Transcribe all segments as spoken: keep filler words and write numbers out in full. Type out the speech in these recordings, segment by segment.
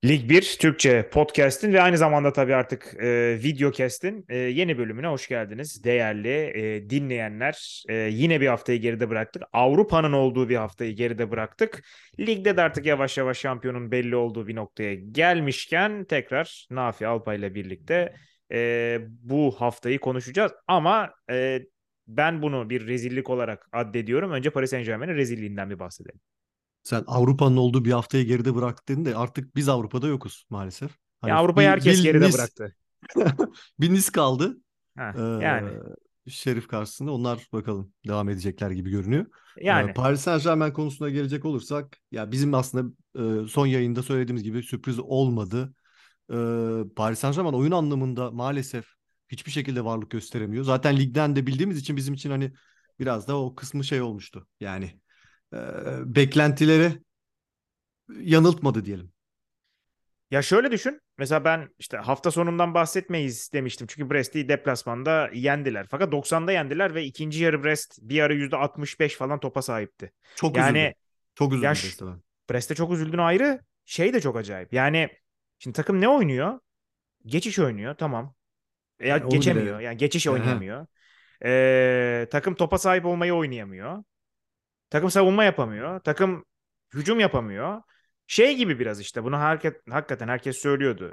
Lig bir Türkçe podcast'in ve aynı zamanda tabii artık e, videocast'in e, yeni bölümüne hoş geldiniz. Değerli e, dinleyenler, e, yine bir haftayı geride bıraktık. Avrupa'nın olduğu bir haftayı geride bıraktık. Ligde de artık yavaş yavaş şampiyonun belli olduğu bir noktaya gelmişken tekrar Nafi Alpay ile birlikte e, bu haftayı konuşacağız. Ama e, ben bunu bir rezillik olarak addediyorum. Önce Paris Saint-Germain'in rezilliğinden bir bahsedelim. Sen Avrupa'nın olduğu bir haftayı geride bıraktık dedin de artık biz Avrupa'da yokuz maalesef. Ya Hani Avrupa'yı bir, herkes bir geride Nice bıraktı. bir Nice kaldı. Ha, yani. Ee, Şerif karşısında onlar bakalım devam edecekler gibi görünüyor. Ee, Yani. Paris Saint-Germain konusuna gelecek olursak ya bizim aslında e, son yayında söylediğimiz gibi sürpriz olmadı. Ee, Paris Saint-Germain oyun anlamında maalesef hiçbir şekilde varlık gösteremiyor. Zaten ligden de bildiğimiz için bizim için hani biraz da o kısmı şey olmuştu. Yani e, beklentileri yanıltmadı diyelim. Ya şöyle düşün. Mesela ben işte hafta sonundan bahsetmeyiz demiştim. Çünkü Brest'i deplasmanda yendiler. Fakat doksanda yendiler ve ikinci yarı Brest bir ara yüzde altmış beş falan topa sahipti. Çok Yani üzüldüm. Çok ya üzüldüm ş- Brest'e ben. Brest'e çok üzüldün ayrı. Şey de çok acayip. Yani şimdi takım ne oynuyor? Geçiş oynuyor, tamam. Ya Yani onu geçemiyor. bile. Yani geçiş Aha. oynayamıyor. Ee, takım topa sahip olmayı oynayamıyor. Takım savunma yapamıyor. Takım hücum yapamıyor. Şey gibi biraz işte bunu herkes, hakikaten herkes söylüyordu.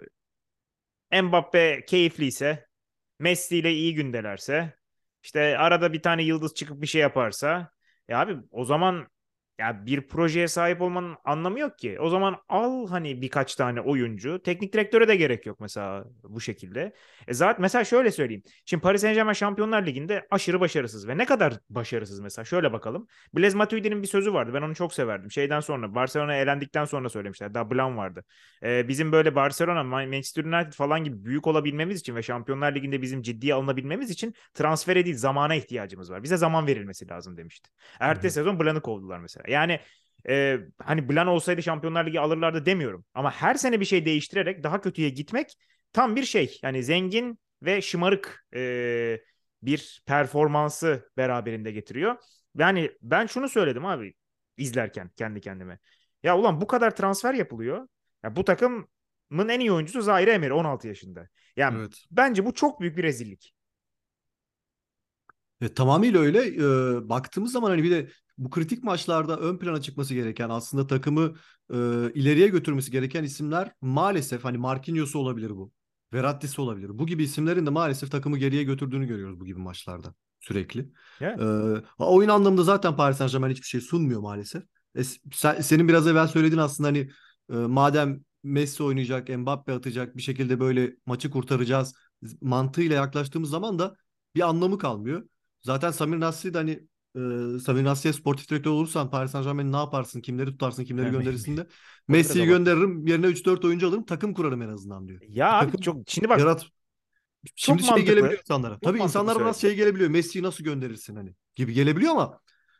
Mbappe keyifliyse, Messi ile iyi gündelerse, işte arada bir tane yıldız çıkıp bir şey yaparsa, ya abi o zaman ya bir projeye sahip olmanın anlamı yok ki. O zaman al hani birkaç tane oyuncu. Teknik direktöre de gerek yok mesela bu şekilde. E zaten mesela şöyle söyleyeyim. Şimdi Paris Saint-Germain Şampiyonlar Ligi'nde aşırı başarısız ve ne kadar başarısız mesela şöyle bakalım. Blaise Matuidi'nin bir sözü vardı. Ben onu çok severdim. Şeyden sonra Barcelona elendikten sonra söylemişler. Daha Blanc vardı. Ee, bizim böyle Barcelona, Manchester United falan gibi büyük olabilmemiz için ve Şampiyonlar Ligi'nde bizim ciddiye alınabilmemiz için transfere değil zamana ihtiyacımız var. Bize zaman verilmesi lazım demişti. Hı Ertesi hı. sezon Blan'ı kovdular mesela. Yani e, hani Blan olsaydı Şampiyonlar Ligi alırlardı demiyorum. Ama her sene bir şey değiştirerek daha kötüye gitmek tam bir şey. Yani zengin ve şımarık e, bir performansı beraberinde getiriyor. Yani ben şunu söyledim abi izlerken kendi kendime. Ya ulan bu kadar transfer yapılıyor. Ya bu takımın en iyi oyuncusu Zaire Emery on altı yaşında. Yani Evet. bence bu çok büyük bir rezillik. E, tamamıyla öyle. E, baktığımız zaman hani bir de bu kritik maçlarda ön plana çıkması gereken aslında takımı e, ileriye götürmesi gereken isimler maalesef hani Marquinhos olabilir bu. Verratti'si olabilir. Bu gibi isimlerin de maalesef takımı geriye götürdüğünü görüyoruz bu gibi maçlarda sürekli. Ya. E, Oyun anlamında zaten Paris Saint-Germain hiçbir şey sunmuyor maalesef. E, sen- senin biraz evvel söylediğin aslında hani e, madem Messi oynayacak, Mbappe atacak bir şekilde böyle maçı kurtaracağız mantığıyla yaklaştığımız zaman da bir anlamı kalmıyor. Zaten Samir Nasri de hani e, Samir Nasri'ye sportif direktör olursan Paris Saint-Germain'i ne yaparsın? Kimleri tutarsın? Kimleri gönderirsin de O da biraz Messi'yi abartı. gönderirim. Yerine üç dört oyuncu alırım. Takım kurarım en azından diyor. Ya Bir abi takım çok şimdi bak yarat. çok Şimdi şey mantıklı. gelebiliyor insanlara. Çok Tabii mantıklı insanlara biraz söyledin. şey gelebiliyor. Messi'yi nasıl gönderirsin hani gibi gelebiliyor ama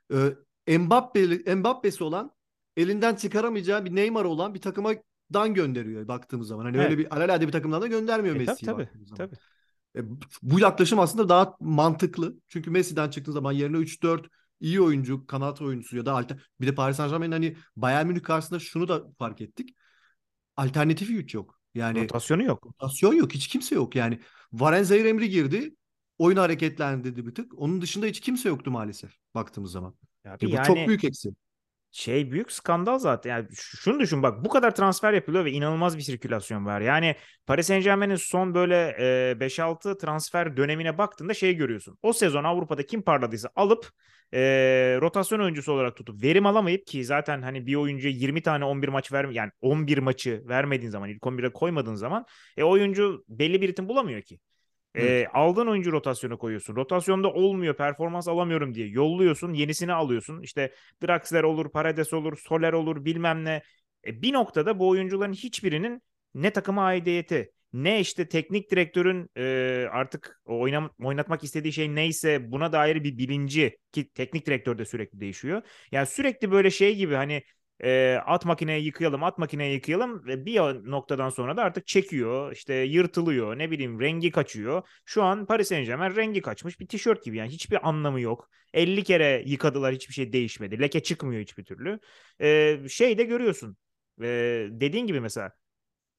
e, Mbappe, Mbappe'si olan elinden çıkaramayacağı bir Neymar olan bir takımadan gönderiyor baktığımız zaman. Hani öyle Evet. bir alelade bir takımdan da göndermiyor E tabii Messi'yi tabii. baktığımız zaman. Tabii. E, Bu yaklaşım aslında daha mantıklı. Çünkü Messi'den çıktığın zaman yerine üç dört iyi oyuncu, kanat oyuncusu ya da alter... Bir de Paris Saint-Germain'in hani Bayern Münih karşısında şunu da fark ettik. Alternatifi hiç yok. Yani Rotasyonu yok. rotasyon yok. Hiç kimse yok. Yani Varane Zaïre-Emery girdi. Oyunu hareketlendirdi bir tık. Onun dışında hiç kimse yoktu maalesef baktığımız zaman. Abi Ya bu çok yani büyük eksi. şey büyük skandal zaten. Yani ş- şunu düşün bak bu kadar transfer yapılıyor ve inanılmaz bir sirkülasyon var. Yani Paris Saint-Germain'in son böyle e, beş altı transfer dönemine baktığında şey görüyorsun. O sezon Avrupa'da kim parladıysa alıp e, rotasyon oyuncusu olarak tutup verim alamayıp ki zaten hani bir oyuncuya yirmi tane on bir maç verme yani on bir maçı vermediğin zaman ilk on bire koymadığın zaman e, oyuncu belli bir ritim bulamıyor ki. Evet. E, aldığın oyuncu rotasyona koyuyorsun. Rotasyonda olmuyor, performans alamıyorum diye yolluyorsun, yenisini alıyorsun. İşte Draxler olur, Paredes olur, Soler olur, bilmem ne. E, bir noktada bu oyuncuların hiçbirinin ne takıma aidiyeti, ne işte teknik direktörün e, artık oynam oynatmak istediği şey neyse buna dair bir bilinci ki teknik direktör de sürekli değişiyor. Yani sürekli böyle şey gibi hani e, at makineyi yıkayalım, at makineyi yıkayalım ve bir noktadan sonra da artık çekiyor, işte yırtılıyor, ne bileyim rengi kaçıyor. Şu an Paris Saint-Germain rengi kaçmış bir tişört gibi yani hiçbir anlamı yok. elli kere yıkadılar hiçbir şey değişmedi. Leke çıkmıyor hiçbir türlü. E, şey de görüyorsun. E, dediğin gibi mesela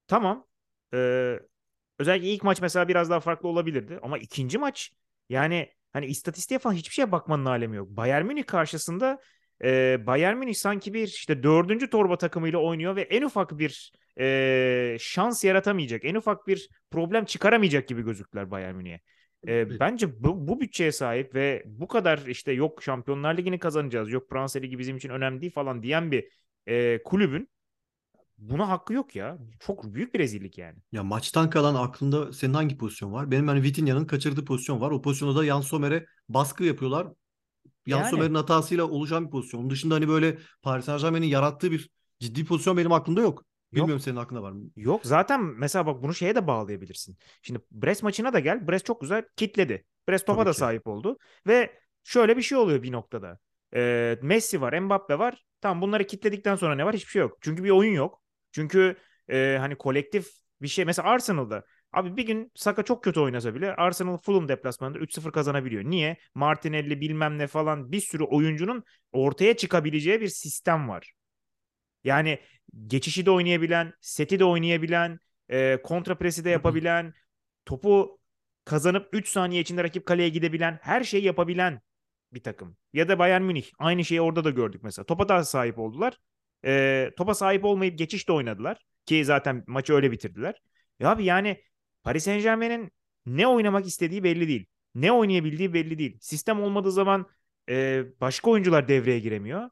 Tamam. Ee, Özellikle ilk maç mesela biraz daha farklı olabilirdi. Ama ikinci maç, yani hani istatistiğe falan hiçbir şeye bakmanın alemi yok. Bayern Münih karşısında e, Bayern Münih sanki bir işte dördüncü torba takımıyla oynuyor ve en ufak bir e, şans yaratamayacak, en ufak bir problem çıkaramayacak gibi gözüktüler Bayern Münih'e. E, bence bu, bu bütçeye sahip ve bu kadar işte yok Şampiyonlar Ligi'ni kazanacağız, yok Fransa Ligi bizim için önemli değil falan diyen bir e, kulübün buna hakkı yok ya. Çok büyük bir rezillik yani. Ya maçtan kalan aklında senin hangi pozisyon var? Benim hani Vitinha'nın kaçırdığı pozisyon var. O pozisyonda da Jan Sommer'e baskı yapıyorlar. Jan Yani Sommer'in hatasıyla oluşan bir pozisyon. Onun dışında hani böyle Paris Saint-Germain'in yarattığı bir ciddi pozisyon benim aklımda yok. Bilmiyorum yok. senin aklında var mı? Yok zaten mesela bak bunu şeye de bağlayabilirsin. Şimdi Brest maçına da gel. Brest çok güzel kitledi. Brest topa Tabii da ki. sahip oldu. Ve şöyle bir şey oluyor bir noktada. Ee, Messi var, Mbappe var. Tamam bunları kitledikten sonra ne var? Hiçbir şey yok. Çünkü bir oyun yok. Çünkü e, hani kolektif bir şey. Mesela Arsenal'da abi bir gün Saka çok kötü oynasa bile Arsenal Fulham deplasmanında üç sıfır kazanabiliyor. Niye? Martinelli bilmem ne falan bir sürü oyuncunun ortaya çıkabileceği bir sistem var. Yani geçişi de oynayabilen, seti de oynayabilen, e, kontra presi de yapabilen, topu kazanıp üç saniye içinde rakip kaleye gidebilen, her şeyi yapabilen bir takım. Ya da Bayern Münih. Aynı şeyi orada da gördük mesela. Topa da sahip oldular. E, topa sahip olmayıp geçiş de oynadılar. Ki zaten maçı öyle bitirdiler. Ya abi yani Paris Saint-Germain'in ne oynamak istediği belli değil. Ne oynayabildiği belli değil. Sistem olmadığı zaman e, başka oyuncular devreye giremiyor.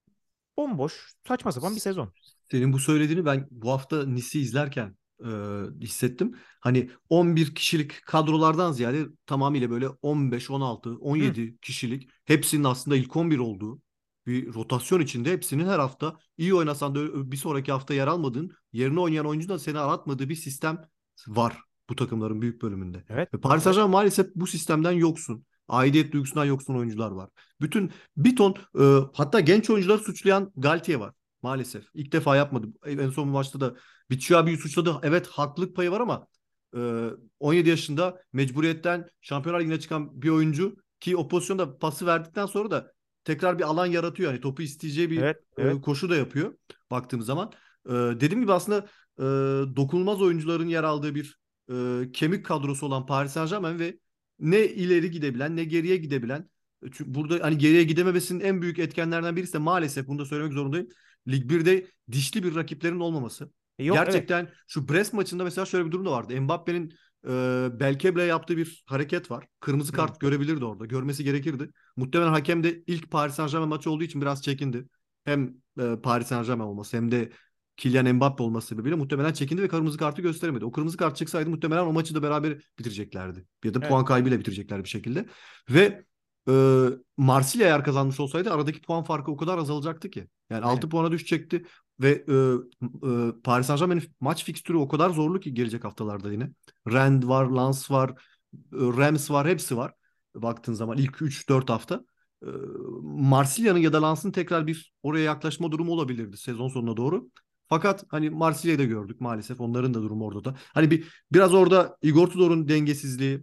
Bomboş, saçma sapan bir sezon. Senin bu söylediğini ben bu hafta Nice'i izlerken e, hissettim. Hani on bir kişilik kadrolardan ziyade tamamıyla böyle on beş, on altı, Hı, on yedi kişilik hepsinin aslında ilk on bir olduğu bir rotasyon içinde hepsinin her hafta iyi oynasan da bir sonraki hafta yer almadığın, yerine oynayan oyuncu da seni aratmadığı bir sistem var bu takımların büyük bölümünde. evet, Ve Paris evet. Saint-Germain maalesef bu sistemden yoksun. Aidiyet duygusundan yoksun oyuncular var. Bütün bir ton e, hatta genç oyuncuları suçlayan Galtier var. Maalesef. İlk defa yapmadı. En son maçta da Batshuayi'yi suçladı. Evet haklılık payı var ama e, on yedi yaşında mecburiyetten Şampiyonlar Ligi'ne çıkan bir oyuncu ki o pozisyonda pası verdikten sonra da tekrar bir alan yaratıyor. Yani topu isteyeceği bir Evet, evet. e, koşu da yapıyor baktığım zaman. E, dediğim gibi aslında e, dokunulmaz oyuncuların yer aldığı bir e, kemik kadrosu olan Paris Saint-Germain ve ne ileri gidebilen ne geriye gidebilen, çünkü burada hani geriye gidememesinin en büyük etkenlerden birisi de maalesef bunu da söylemek zorundayım. Lig birde dişli bir rakiplerin olmaması. E, yok evet. Gerçekten şu Brest maçında mesela şöyle bir durum da vardı. Mbappe'nin e, Belkeble'ye yaptığı bir hareket var. Kırmızı Hı. kart görebilirdi orada. Görmesi gerekirdi. Muhtemelen hakem de ilk Paris Saint-Germain maçı olduğu için biraz çekindi. Hem e, Paris Saint-Germain olması hem de Kylian Mbappe olması sebebiyle muhtemelen çekindi ve kırmızı kartı gösteremedi. O kırmızı kart çıksaydı muhtemelen o maçı da beraber bitireceklerdi. Ya da Evet. puan kaybıyla bitirecekler bir şekilde. Ve e, Marsilya eğer kazanmış olsaydı aradaki puan farkı o kadar azalacaktı ki. Yani Aynen. altı puana düşecekti ve e, e, Paris Saint-Germain'in maç fikstürü o kadar zorlu ki gelecek haftalarda yine. Rennes var, Lens var, e, Reims var, hepsi var. Baktığın zaman ilk üç dört hafta. E, Marsilya'nın ya da Lens'ın tekrar bir oraya yaklaşma durumu olabilirdi sezon sonuna doğru. Fakat hani Marsilya'yı da gördük maalesef. Onların da durumu orada da. Hani bir biraz orada Igor Tudor'un dengesizliği,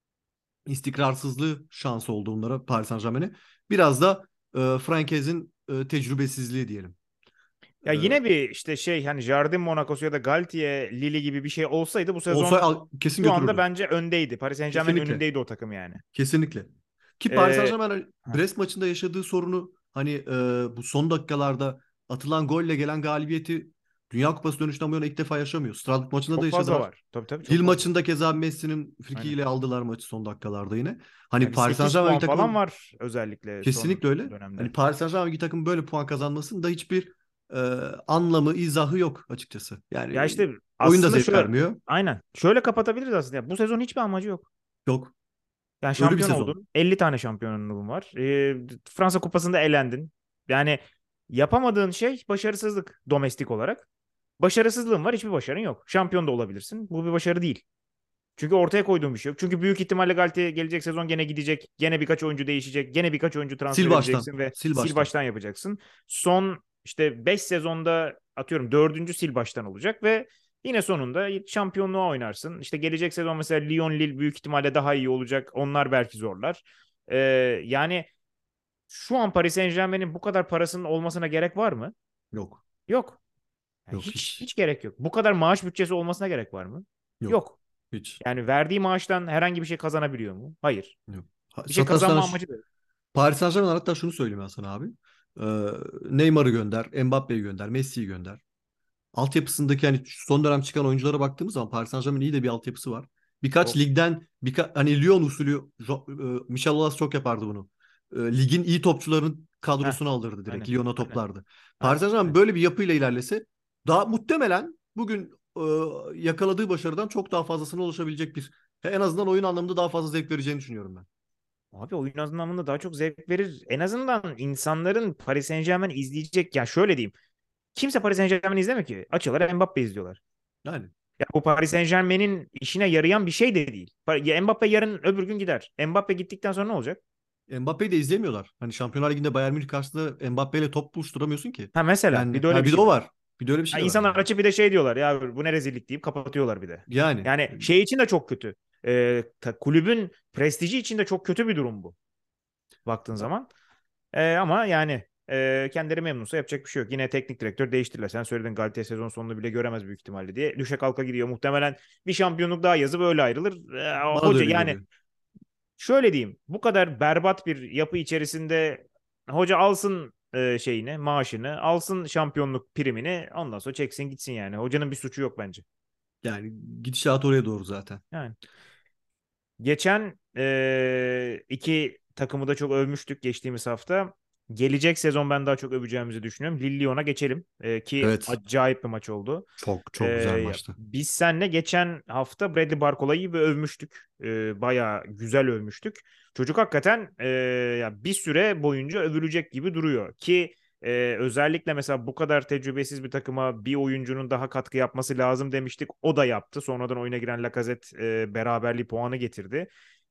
istikrarsızlığı şansı oldu onlara Paris Saint-Germain'e. Biraz da e, Frankez'in e, tecrübesizliği diyelim. Ya E, yine bir işte şey hani Jardim Monaco'su ya da Galtier Lille gibi bir şey olsaydı bu olsa sezon al- kesin şu anda götürürdü. bence öndeydi. Paris Saint-Germain Kesinlikle. önündeydi o takım yani. Kesinlikle. Ki Paris Ee, Saint-Germain hani heh, Brest maçında yaşadığı sorunu hani e, bu son dakikalarda atılan golle gelen galibiyeti Dünya Kupası dönüşünden bu yana ilk defa yaşamıyor. Strasbourg maçında da çok fazla yaşadılar. var. Tabii tabii çok Lille fazla var. maçında keza Messi'nin Aynen. frikiyle aldılar maçı son dakikalarda yine. Hani Yani Paris sekiz Saint-Germain bir puan falan takımın var özellikle son kesinlikle öyle. dönemde. Hani Paris Saint-Germain bir takım böyle puan kazanmasının da hiçbir e, anlamı, izahı yok açıkçası. Ya Yani işte oyun da aslında zevk şöyle vermiyor. aynen şöyle kapatabiliriz aslında. Ya bu sezon hiçbir amacı yok. Yok. Yani Ölü bir şampiyon sezon. oldun. elli tane şampiyonluğun var. Ee, Fransa Kupası'nda elendin. Yani yapamadığın şey başarısızlık domestik olarak. Başarısızlığın var, hiçbir başarın yok. Şampiyon da olabilirsin. Bu bir başarı değil. Çünkü ortaya koyduğun bir şey yok. Çünkü büyük ihtimalle Galtier gelecek sezon gene gidecek. Gene birkaç oyuncu değişecek. Gene birkaç oyuncu Sil transfer baştan. edeceksin ve Sil sil baştan. baştan yapacaksın. Son işte beş sezonda atıyorum dördüncü sil baştan olacak ve yine sonunda şampiyonluğa oynarsın. İşte gelecek sezon mesela Lyon Lille büyük ihtimalle daha iyi olacak. Onlar belki zorlar. Ee, Yani şu an Paris Saint-Germain'in bu kadar parasının olmasına gerek var mı? Yok. Yok. Yani Yok hiç hiç. hiç gerek yok. Bu kadar maaş bütçesi olmasına gerek var mı? Yok. Yok. Hiç. Yani verdiği maaştan herhangi bir şey kazanabiliyor mu? Hayır. Yok. Ha, Bir şey hatta sana kazanma ş- amacı da yok. Paris Saint-Germain hatta şunu söyleyeyim ben sana abi. Ee, Neymar'ı gönder, Mbappe'yi gönder, Messi'yi gönder. Altyapısındaki hani son dönem çıkan oyunculara baktığımız zaman Paris Saint-Germain'in iyi de bir altyapısı var. Birkaç Çok. ligden birka hani Lyon usulü Jo- e, Michel Aulas çok yapardı bunu. E, ligin iyi topçuların Heh, kadrosunu aldırdı direkt. aynen. Lyon'a Aynen. toplardı. Paris Aynen. Saint-Germain Aynen. böyle bir yapıyla ilerlese daha muhtemelen bugün e, yakaladığı başarıdan çok daha fazlasına ulaşabilecek bir en azından oyun anlamında daha fazla zevk vereceğini düşünüyorum ben. Abi oyun anlamında daha çok zevk verir. En azından insanların Paris Saint-Germain izleyecek. Ya şöyle diyeyim. Kimse Paris Saint-Germain izlemiyor ki. Açıyorlar Mbappe izliyorlar. Yani Ya bu Paris Saint-Germain'in işine yarayan bir şey de değil. Ya Mbappe yarın öbür gün gider. Mbappe gittikten sonra ne olacak? Mbappe'yi de izlemiyorlar. Hani Şampiyonlar Ligi'nde Bayern Münih karşısında Mbappe ile top buluşturamıyorsun ki. Ha mesela Yani bir de öyle ha bir bir de şey o var. var. Bir de öyle bir Ha, şey de var insanlar yani. açıp bir de şey diyorlar ya bu ne rezillik deyip kapatıyorlar bir de. Yani Yani şey için de çok kötü. Ee, ta- kulübün prestiji için de çok kötü bir durum bu baktığın zaman. Ee, ama yani e, kendileri memnunsa yapacak bir şey yok. Yine teknik direktör değiştirirler. Sen söyledin Galatasaray sezon sonunu bile göremez büyük ihtimalle diye. Düşe kalka gidiyor. Muhtemelen bir şampiyonluk daha yazıp öyle ayrılır. Ee, bana da hoca öyle yani geliyor. şöyle diyeyim. Bu kadar berbat bir yapı içerisinde hoca alsın e, şeyini, maaşını, alsın şampiyonluk primini, ondan sonra çeksin gitsin yani. Hocanın bir suçu yok bence. Yani gidişat oraya doğru zaten. Yani geçen e, iki takımı da çok övmüştük geçtiğimiz hafta. Gelecek sezon ben daha çok öveceğimizi düşünüyorum. Lille-Lyon'a geçelim. E, ki Evet. acayip bir maç oldu. Çok çok güzel E, maçtı. biz seninle geçen hafta Bradley Barcola'yı bir övmüştük. E, bayağı güzel övmüştük. Çocuk hakikaten e, ya bir süre boyunca övülecek gibi duruyor. Ki e, özellikle mesela bu kadar tecrübesiz bir takıma bir oyuncunun daha katkı yapması lazım demiştik. O da yaptı. Sonradan oyuna giren Lacazette e, beraberliği puanı getirdi.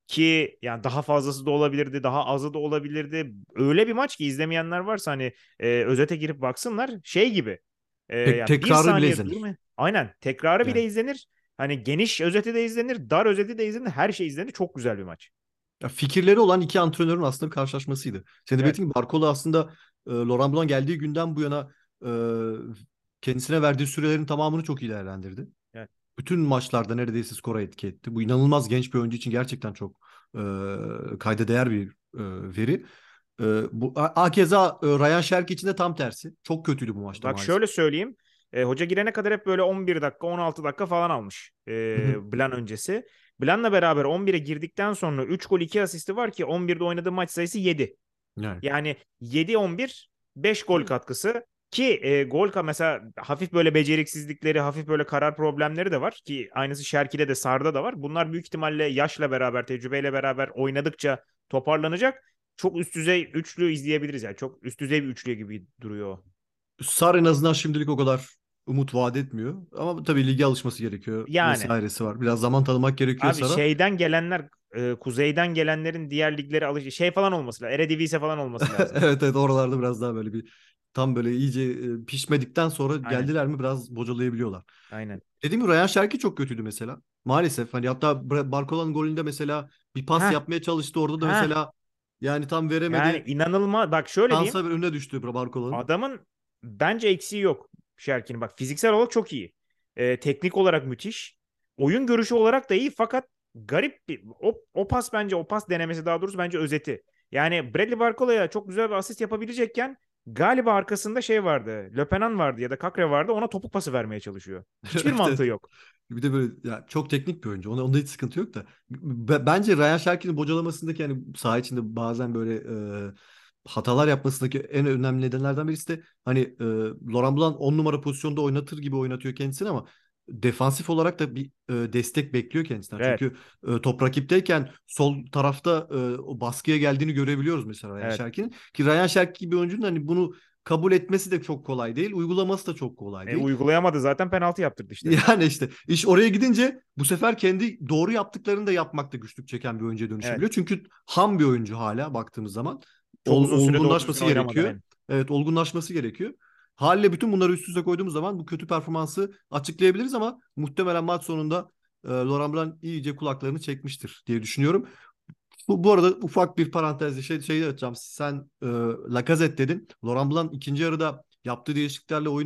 Ki yani daha fazlası da olabilirdi, daha azı da olabilirdi. Öyle bir maç ki izlemeyenler varsa hani e, özete girip baksınlar. Şey gibi. E, Tek ya bir tekrarı bile saniye izlenir. durma. Aynen. Tekrarı bile Yani izlenir. Hani geniş özeti de izlenir, dar özeti de izlenir. Her şey izlenir. Çok güzel bir maç. ya fikirleri olan iki antrenörün aslında bir karşılaşmasıydı. Senin de Evet. belirttiğin gibi Barcola aslında e, Laurent Blanc geldiği günden bu yana e, kendisine verdiği sürelerin tamamını çok iyi değerlendirdi. Evet. Bütün maçlarda neredeyse skora etki etti. Bu inanılmaz genç bir oyuncu için gerçekten çok e, kayda değer bir e, veri. E, bu a, a keza e, Ryan Şerki için de tam tersi. Çok kötüydü bu maçta Bak maalesef. şöyle söyleyeyim. E, hoca girene kadar hep böyle on bir dakika, on altı dakika falan almış. E, Blan öncesi. Blan'la beraber on bire girdikten sonra üç gol iki asisti var ki on birde oynadığı maç sayısı yedi. Yani. Yani yedi on bir beş gol katkısı ki e, gol ka mesela hafif böyle beceriksizlikleri, hafif böyle karar problemleri de var ki aynısı Şerki'de de Sar'da da var. Bunlar büyük ihtimalle yaşla beraber, tecrübeyle beraber oynadıkça toparlanacak. Çok üst düzey üçlü izleyebiliriz yani. Çok üst düzey bir üçlü gibi duruyor o. Sar en azından şimdilik o kadar umut vaat etmiyor. Ama tabii lige alışması gerekiyor Yani vesairesi var. Biraz zaman tanımak gerekiyor abi Sar'a. şeyden gelenler e, kuzeyden gelenlerin diğer liglere alış şey falan olması lazım. Eredivisie falan olması lazım. Evet evet oralarda biraz daha böyle bir tam böyle iyice e, pişmedikten sonra Aynen. geldiler mi biraz bocalayabiliyorlar. Aynen. Dediğim gibi Ryan Şerki çok kötüydü mesela. Maalesef hani hatta Bra- Barkola'nın golünde mesela bir pas Ha yapmaya çalıştı orada da ha mesela yani tam yani veremedi. inanılmaz. Bak şöyle diyeyim. Şansa önüne düştü Barkola'nın. Adamın bence eksiği yok Şerkin'in. Bak fiziksel olarak çok iyi. Ee, teknik olarak müthiş. Oyun görüşü olarak da iyi fakat garip bir o, o pas bence o pas denemesi daha doğrusu bence özeti. Yani Bradley Barcola'ya çok güzel bir asist yapabilecekken galiba arkasında şey vardı. Löpenan vardı ya da Kakre vardı ona topuk pası vermeye çalışıyor. Hiçbir Evet, evet. mantığı yok. Bir de böyle ya çok teknik bir oyuncu. Onda, onda hiç sıkıntı yok da. B- bence Ryan Şerki'nin bocalamasındaki yani saha içinde bazen böyle e, hatalar yapmasındaki en önemli nedenlerden birisi de hani e, Laurent Blanc on numara pozisyonda oynatır gibi oynatıyor kendisini ama defansif olarak da bir e, destek bekliyor kendisinden. Evet. Çünkü e, top rakipteyken sol tarafta e, o baskıya geldiğini görebiliyoruz mesela Ryan Evet. Şerki'nin. Ki Ryan Şerki gibi oyuncunun hani bunu kabul etmesi de çok kolay değil. Uygulaması da çok kolay E, değil. uygulayamadı zaten penaltı yaptırdı işte. Yani işte iş oraya gidince bu sefer kendi doğru yaptıklarını da yapmakta güçlük çeken bir oyuncuya Evet. dönüşebiliyor. Çünkü ham bir oyuncu hala baktığımız zaman. Çok Ol- uzun süre doğru düzgün olgunlaşması oynamadan gerekiyor. hem. Evet, olgunlaşması gerekiyor. Haliyle bütün bunları üst üste koyduğumuz zaman bu kötü performansı açıklayabiliriz ama muhtemelen maç sonunda e, Laurent Blanc iyice kulaklarını çekmiştir diye düşünüyorum. Bu, bu arada ufak bir parantezle şey, şey açacağım. Sen e, Lacazette dedin. Laurent Blanc ikinci yarıda yaptığı değişikliklerle oyuna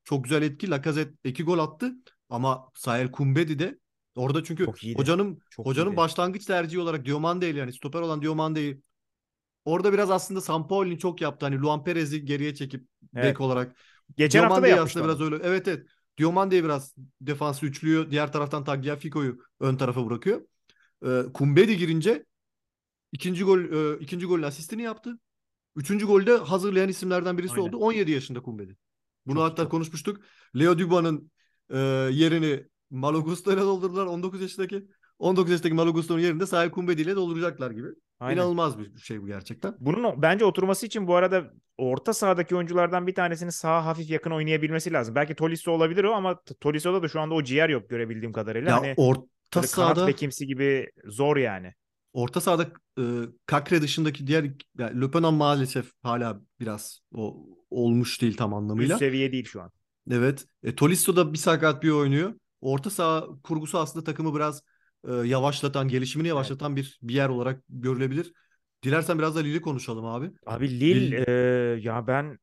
çok güzel etki. Lacazette iki gol attı ama Sahel Kumbedi de orada, çünkü Çok iyiydi. hocanın Çok hocanın iyiydi. başlangıç tercihi olarak Diomande'yi, yani stoper olan Diomande'yi, orada biraz aslında Sampaoli'nin çok yaptı. Hani Luan Perez'i geriye çekip bek Evet. olarak. Geçen hafta da Diomande'yi yapmıştı aslında biraz onu. öyle. Evet, evet. Diomande'yi biraz defansı üçlüyor. Diğer taraftan Tagliafico'yu ön tarafa bırakıyor. Ee, Kumbedi girince ikinci gol e, ikinci golün asistini yaptı. Üçüncü golde hazırlayan isimlerden birisi Aynen. oldu. on yedi yaşında Kumbedi. Bunu Çok hatta çok. konuşmuştuk. Leo Duba'nın e, yerini Malo Gusto'yla doldurdular. on dokuz yaşındaki. on dokuz yaşındaki Malo Gusto'nun yerinde Sahil Kumbedi ile dolduracaklar gibi. Aynen. İnanılmaz bir şey bu gerçekten. Bunun o- bence oturması için bu arada orta sahadaki oyunculardan bir tanesinin sağa hafif yakın oynayabilmesi lazım. Belki Tolisso olabilir o ama T- Tolisso'da da şu anda o ciğer yok görebildiğim kadarıyla. Ya Hani orta böyle kanat sahada bekimsi gibi zor yani. orta sahada e, Kakre dışındaki diğer, yani Le Penant maalesef hala biraz o olmuş değil tam Üst anlamıyla. seviye değil şu an. Evet. E, Tolisso da bir sakat bir oynuyor. Orta saha kurgusu aslında takımı biraz e, yavaşlatan, gelişimini Evet. yavaşlatan bir bir yer olarak görülebilir. Dilersen biraz da Lille konuşalım abi. Abi Lille Lille, e, ya ben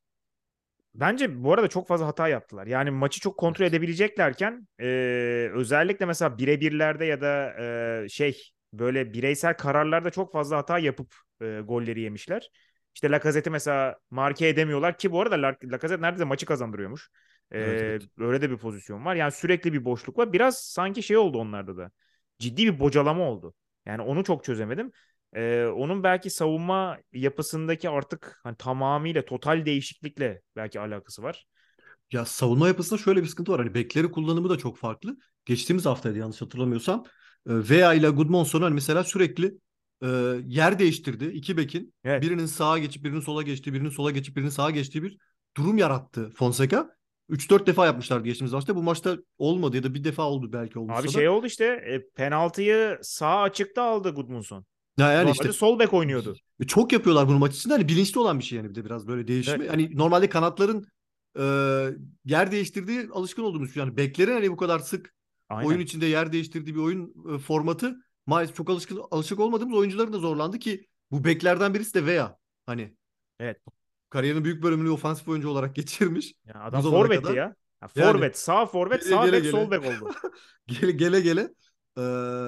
bence bu arada çok fazla hata yaptılar. Yani maçı çok kontrol evet. edebileceklerken e, özellikle mesela birebirlerde ya da e, şey böyle bireysel kararlarda çok fazla hata yapıp e, golleri yemişler. İşte Lacazette'i mesela marke edemiyorlar ki bu arada La- Lacazette neredeyse maçı kazandırıyormuş. E, Evet, evet. öyle de bir pozisyon var. Yani sürekli bir boşluk var. Biraz sanki şey oldu onlarda da. Ciddi bir bocalama oldu. Yani onu çok çözemedim. Ee, onun belki savunma yapısındaki artık hani tamamıyla total değişiklikle belki alakası var. Ya savunma yapısında şöyle bir sıkıntı var. Hani bekleri kullanımı da çok farklı. Geçtiğimiz haftaydı yanlış hatırlamıyorsam. E, Vea ile Gudmundsson hani mesela sürekli e, yer değiştirdi. İki bekin Evet. birinin sağa geçip birinin sola geçtiği, birinin sola geçip birinin sağa geçtiği bir durum yarattı Fonseca. Üç dört defa yapmışlardı geçtiğimiz maçta. Bu maçta olmadı ya da bir defa oldu belki Abi olmuşsa da. şey oldu işte e, penaltıyı sağ açıkta aldı Gudmundsson. Ya yani işte Normalde sol bek oynuyordu. çok yapıyorlar bunu maç içinde. Hani bilinçli olan bir şey, yani bir de biraz böyle değişimi. Evet. Hani normalde kanatların e, yer değiştirdiği alışkın olduğumuz şey. Yani beklerin hani bu kadar sık oyun Aynen. içinde yer değiştirdiği bir oyun e, formatı maalesef çok alışkın, alışık olmadığımız oyuncuların da zorlandı ki bu beklerden birisi de Vea. Hani Evet. kariyerinin büyük bölümünü ofansif oyuncu olarak geçirmiş Yani bu adam zamana forvetti kadar. ya. Ya Yani forvet, sağ forvet, gele sağ gele bek, sol gele bek oldu. gele gele gele e,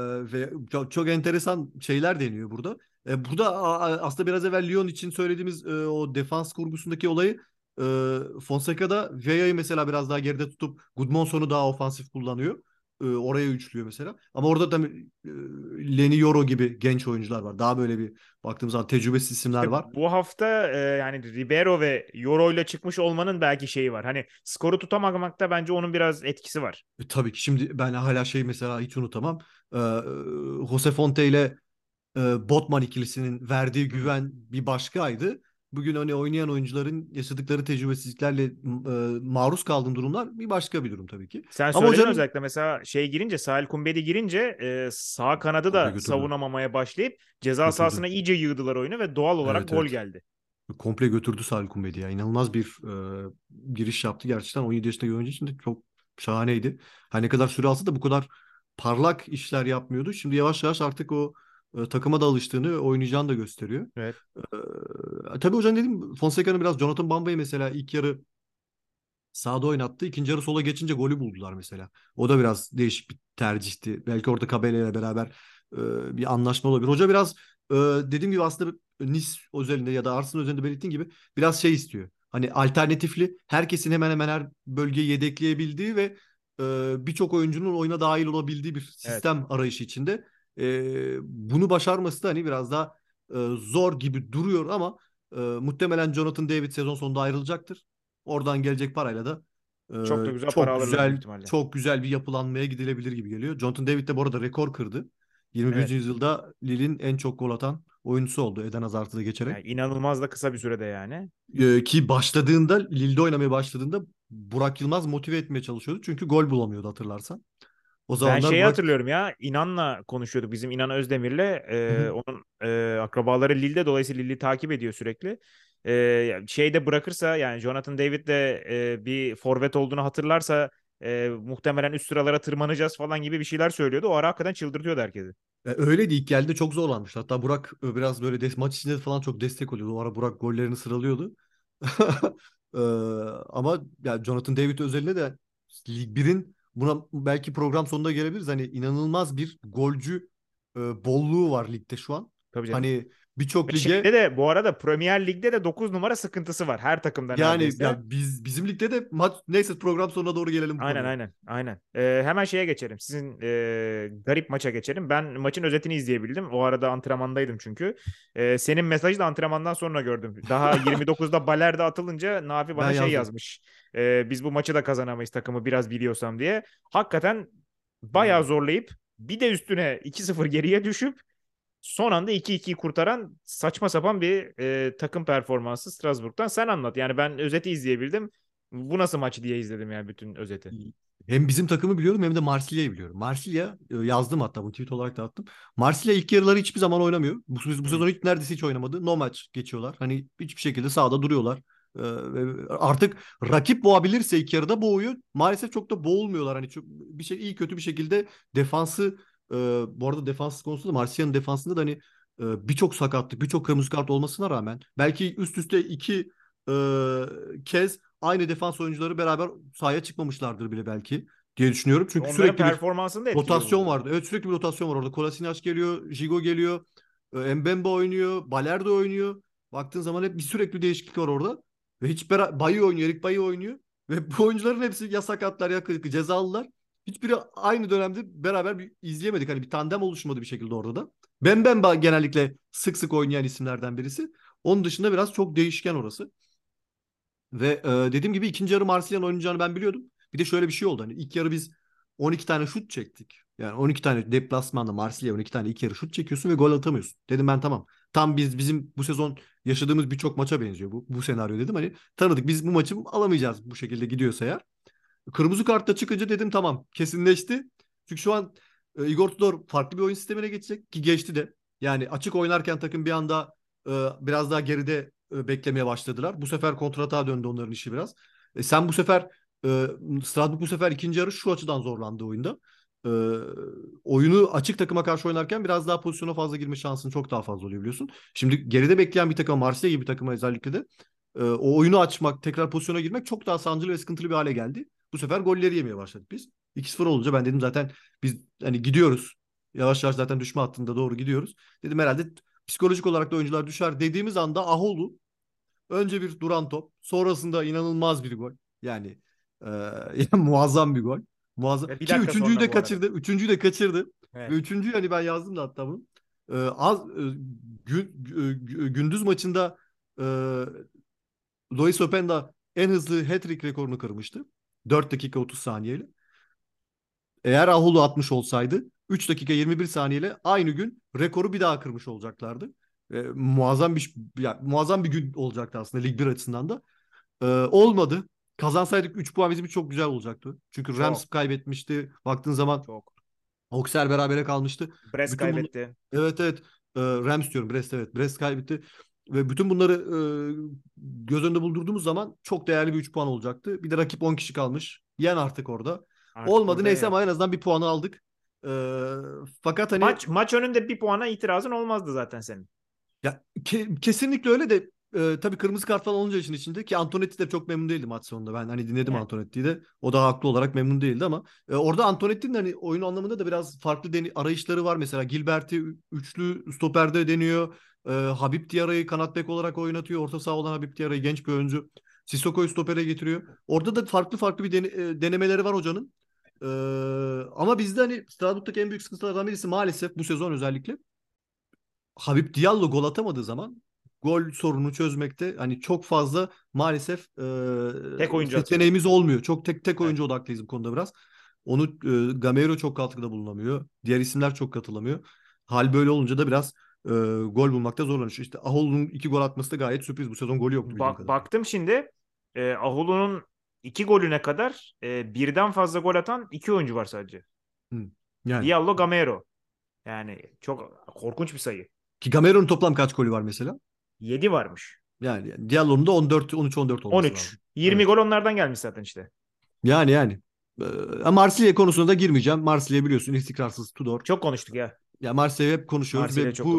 ve çok, çok enteresan şeyler deniyor burada. E, burada a- a- aslında biraz evvel Lyon için söylediğimiz e, o defans kurgusundaki olayı e, Fonseca'da Veya'yı mesela biraz daha geride tutup Gudmundsson'u daha ofansif kullanıyor. E, oraya üçlüyor mesela. Ama orada da e, Leny Yoro gibi genç oyuncular var. Daha böyle bir baktığımız zaman tecrübesiz isimler İşte var. bu hafta e, yani Ribeiro ve Euro ile çıkmış olmanın belki şeyi var. Hani skoru tutamamakta bence onun biraz etkisi var. E, tabii ki şimdi ben hala şey mesela hiç unutamam. E, Jose Fonte ile e, Botman ikilisinin verdiği Hı. güven bir başkaydı. Bugün hani oynayan oyuncuların yaşadıkları tecrübesizliklerle e, maruz kaldığım durumlar bir başka bir durum tabii ki. Sen Ama söyledin hocanın özellikle mesela şey girince Sahil Kumbedi girince e, sağ kanadı komple da götürdü. savunamamaya başlayıp ceza Götürdü. sahasına iyice yığdılar oyunu ve doğal olarak Evet, gol evet. geldi. Komple götürdü Salih Kumbedi ya. İnanılmaz bir e, giriş yaptı gerçekten. on yedi yaşındaki oyuncu için de çok şahaneydi. Her ne kadar süre alsa da bu kadar parlak işler yapmıyordu. Şimdi yavaş yavaş artık o e, takıma da alıştığını, oynayacağını da gösteriyor. Evet. E, tabii hocam dedim Fonseca'nın biraz Jonathan Bamba'yı mesela ilk yarı sağda oynattı. İkinci yarı sola geçince golü buldular mesela. O da biraz değişik bir tercihti. Belki orada Kabele ile beraber e, bir anlaşma olabilir. Hoca biraz e, dediğim gibi aslında Nice özelinde ya da Arsenal özelinde belirttiğim gibi biraz şey istiyor. Hani alternatifli, herkesin hemen hemen her bölgeyi yedekleyebildiği ve e, birçok oyuncunun oyuna dahil olabildiği bir Evet. sistem arayışı içinde. E, bunu başarması da hani biraz daha e, zor gibi duruyor ama e, muhtemelen Jonathan David sezon sonunda ayrılacaktır. Oradan gelecek parayla da e, Çok da güzel para çok alırlar büyük güzel ihtimalle. çok güzel bir yapılanmaya gidilebilir gibi geliyor. Jonathan David de bu arada rekor kırdı. yirmi birinci Evet. yüzyılda Lille'in en çok gol atan oyuncusu oldu Eden Hazard'ı da geçerek. Yani inanılmaz da kısa bir sürede yani. E, ki başladığında Lille'de oynamaya başladığında Burak Yılmaz motive etmeye çalışıyordu. Çünkü gol bulamıyordu hatırlarsan. O Ben zamanlar şeyi Burak. hatırlıyorum ya İnan'la konuşuyorduk bizim İnan Özdemir'le. Hı Ee, hı. onun e, akrabaları Lille'de dolayısıyla Lille'i takip ediyor sürekli. Ee, şeyde bırakırsa yani Jonathan David de e, bir forvet olduğunu hatırlarsa e, muhtemelen üst sıralara tırmanacağız falan gibi bir şeyler söylüyordu. O ara hakikaten çıldırtıyordu herkesi. E, öyleydi, ilk geldiğinde çok zorlanmış. Hatta Burak e, biraz böyle des maç içinde falan çok destek oluyordu. O ara Burak gollerini sıralıyordu. Ee, ama yani Jonathan David özelinde de Lig birin buna belki program sonunda gelebiliriz. Hani inanılmaz bir golcü e, bolluğu var ligde şu an. Tabii canım. Hani birçok Ve şeyde lige de bu arada Premier Lig'de de dokuz numara sıkıntısı var her takımda yani neredeyse. ya biz bizim ligde de maç neyse program sonuna doğru gelelim bu Aynen konuya. aynen aynen. Ee, hemen şeye geçelim. Sizin e, garip maça geçelim. Ben maçın özetini izleyebildim. O arada antrenmandaydım çünkü. Ee, senin mesajı da antrenmandan sonra gördüm. Daha yirmi dokuzda Baler'de atılınca Nafi Ben bana şey yazdım. yazmış. Ee, biz bu maçı da kazanamayız takımı biraz biliyorsam diye. Hakikaten bayağı Yani zorlayıp bir de üstüne iki sıfır geriye düşüp son anda iki ikiyi kurtaran saçma sapan bir e, takım performansı Strasbourg'dan. Sen anlat. Yani ben özeti izleyebildim. Bu nasıl maç diye izledim yani bütün özeti. hem bizim takımı biliyorum hem de Marsilya'yı biliyorum. Marsilya e, yazdım hatta bunu tweet olarak da attım. Marsilya ilk yarıları hiçbir zaman oynamıyor. Bu, bu Hı. sezon hiç neredeyse hiç oynamadı. No maç geçiyorlar. Hani hiçbir şekilde sahada duruyorlar. Ee, ve artık rakip boğabilirse ilk yarıda boğuyor. Maalesef çok da boğulmuyorlar. Hani çok bir şey iyi kötü bir şekilde defansı e, bu arada defans konusunda Marsilya'nın defansında da hani e, birçok sakatlık, birçok kırmızı kart olmasına rağmen belki üst üste iki e, kez aynı defans oyuncuları beraber sahaya çıkmamışlardır bile belki diye düşünüyorum. Çünkü Onların sürekli bir performansını da etkiliyor bu rotasyon arada. vardı. Evet sürekli bir rotasyon var orada. Kolasinac geliyor, Jigo geliyor, e, Mbembe oynuyor, Balerdi oynuyor. Baktığın zaman hep bir sürekli değişiklik var orada. Ve hiç bera Bayi oynuyor, Erik Bayi oynuyor. Ve bu oyuncuların hepsi ya sakatlar ya kırık, cezalılar. Hiçbiri aynı dönemde beraber bir izleyemedik. Hani bir tandem oluşmadı bir şekilde orada da. Mbembe genellikle sık sık oynayan isimlerden birisi. Onun dışında biraz çok değişken orası. Ve e, dediğim gibi ikinci yarı Marsilya'nın oynayacağını ben biliyordum. Bir de şöyle bir şey oldu. Hani ilk yarı biz on iki tane şut çektik. Yani on iki tane deplasmanda Marsilya on iki tane ilk yarı şut çekiyorsun ve gol atamıyorsun. Dedim ben tamam. Tam biz bizim bu sezon yaşadığımız birçok maça benziyor bu, bu senaryo dedim. Hani tanıdık biz bu maçı alamayacağız bu şekilde gidiyorsa eğer. Kırmızı kartla çıkınca dedim tamam kesinleşti. Çünkü şu an e, Igor Tudor farklı bir oyun sistemine geçecek ki geçti de. Yani açık oynarken takım bir anda e, biraz daha geride e, beklemeye başladılar. Bu sefer kontratağa döndü onların işi biraz. E, sen bu sefer e, Strasbourg bu sefer ikinci yarı şu açıdan zorlandı oyunda. E, oyunu açık takıma karşı oynarken biraz daha pozisyona fazla girme şansın çok daha fazla oluyor biliyorsun. Şimdi geride bekleyen bir takım Marsilya gibi bir takıma özellikle de e, o oyunu açmak, tekrar pozisyona girmek çok daha sancılı ve sıkıntılı bir hale geldi. Bu sefer golleri yemeye başladık biz. iki sıfır olunca ben dedim zaten biz hani gidiyoruz. Yavaş yavaş zaten düşme hattında doğru gidiyoruz. Dedim herhalde psikolojik olarak da oyuncular düşer dediğimiz anda Aholu önce bir duran top, sonrasında inanılmaz bir gol. Yani, e, yani muazzam bir gol. Muazzam. Ve bir Ki dakika üçüncüyü sonra de bu arada. kaçırdı. Üçüncüyü de kaçırdı. Ve Evet. üçüncüyü hani ben yazdım da hatta bunu. E, az e, gün, e, gündüz maçında e, Lois Openda en hızlı hat-trick rekorunu kırmıştı. dört dakika otuz saniyeyle. Eğer Ahulu atmış olsaydı üç dakika yirmi bir saniyeyle aynı gün rekoru bir daha kırmış olacaklardı. E, muazzam bir ya, muazzam bir gün olacaktı aslında Lig bir açısından da. E, olmadı. Kazansaydık üç puan bizim için çok güzel olacaktı. Çünkü Rams Çok. kaybetmişti. Baktığın zaman Çok. Auxerre berabere kalmıştı. Brest Bütün bunu kaybetti. evet evet e, Rams diyorum Brest evet Brest kaybetti. Ve bütün bunları e, göz önünde bulundurduğumuz zaman çok değerli bir üç puan olacaktı. Bir de rakip on kişi kalmış. Yen artık orada. Artık Olmadı orada neyse ama evet. en azından bir puanı aldık. E, fakat hani Maç maç önünde bir puana itirazın olmazdı zaten senin. ya ke- kesinlikle öyle de e, tabii kırmızı kart falan olunca işin içinde ki Antonetti de çok memnun değildi maç sonunda. Ben hani dinledim Yani Antonetti'yi de. O da haklı olarak memnun değildi ama e, orada Antonetti'nin hani oyun anlamında da biraz farklı deni- arayışları var. Mesela Gilbert'i üçlü stoperde deniyor. E, Habib Diarra'yı kanat bek olarak oynatıyor. Orta saha olan Habib Diarra'yı genç bir oyuncu. Sissoko'yu stopere getiriyor. Orada da farklı farklı bir dene- e, denemeleri var hocanın. E, ama bizde hani Strasbourg'daki en büyük sıkıntılardan birisi maalesef bu sezon özellikle Habib Diallo gol atamadığı zaman gol sorunu çözmekte hani çok fazla maalesef tek e, oyuncu atıyor. seçeneğimiz olmuyor. Çok tek tek Evet. oyuncu odaklıyız bu konuda biraz. Onu e, Gamero çok katkıda bulunamıyor. Diğer isimler çok katılamıyor. Hal böyle olunca da biraz e, gol bulmakta zorlanıyor. İşte Ahol'un iki gol atması da gayet sürpriz. Bu sezon golü yoktu bildiğim Bak kadarıyla. baktım şimdi e, Ahulu'nun iki golüne kadar e, birden fazla gol atan iki oyuncu var sadece. Hı. Yani Diallo, Gamero. Yani çok korkunç bir sayı. ki Gamero'nun toplam kaç golü var mesela? Yedi varmış. Yani, yani Diallo'nun da on dört on üç on dört olması on üç. lazım. yirmi Evet. gol onlardan gelmiş zaten işte. Yani yani. Ee, Marsilya konusuna da girmeyeceğim. Marsilya biliyorsun istikrarsız Tudor. Çok konuştuk ya. Ya Marsilya'yı hep konuşuyoruz Marsilya'yı ve çok bu konuştuk.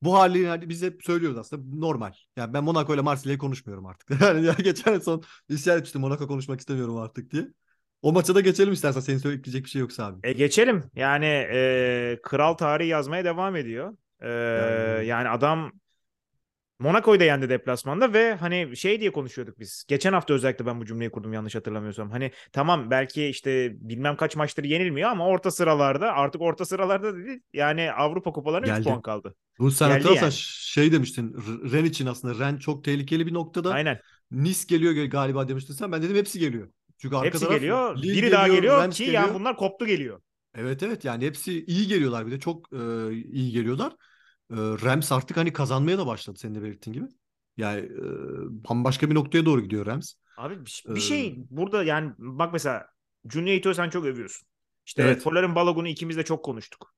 Bu hali yani biz hep söylüyoruz aslında normal. Yani ben Monaco ile Marsilya'yı konuşmuyorum artık. Yani ya geçen son isyan etmiştim Monaco konuşmak istemiyorum artık diye. O maça da geçelim istersen. Senin söyleyecek bir şey yoksa abi. E geçelim. Yani e, kral tarihi yazmaya devam ediyor. E, Yani öyle. Yani adam Monaco'yu da yendi deplasmanda ve hani şey diye konuşuyorduk biz. Geçen hafta özellikle ben bu cümleyi kurdum yanlış hatırlamıyorsam. Hani tamam belki işte bilmem kaç maçtır yenilmiyor ama orta sıralarda, artık orta sıralarda dedi. Yani Avrupa kupalarına üç puan Geldi. kaldı. Bu sen Geldi hatırlarsan yani. şey demiştin. R- Ren için aslında. Ren çok tehlikeli bir noktada. Aynen. Nice geliyor galiba demiştin sen. Ben dedim hepsi geliyor. Çünkü arka Hepsi taraf geliyor. Lille Biri daha geliyor, geliyor Reims ki yani geliyor. bunlar koptu geliyor. Evet evet yani hepsi iyi geliyorlar bir de çok e, iyi geliyorlar. E, Rams artık hani kazanmaya da başladı senin de belirttiğin gibi. Yani e, bambaşka bir noktaya doğru gidiyor Rams. Abi bir E, bir şey burada yani bak mesela Junior Ito'yu sen çok övüyorsun. İşte evet. Foller'in Balogun'u ikimiz de çok konuştuk.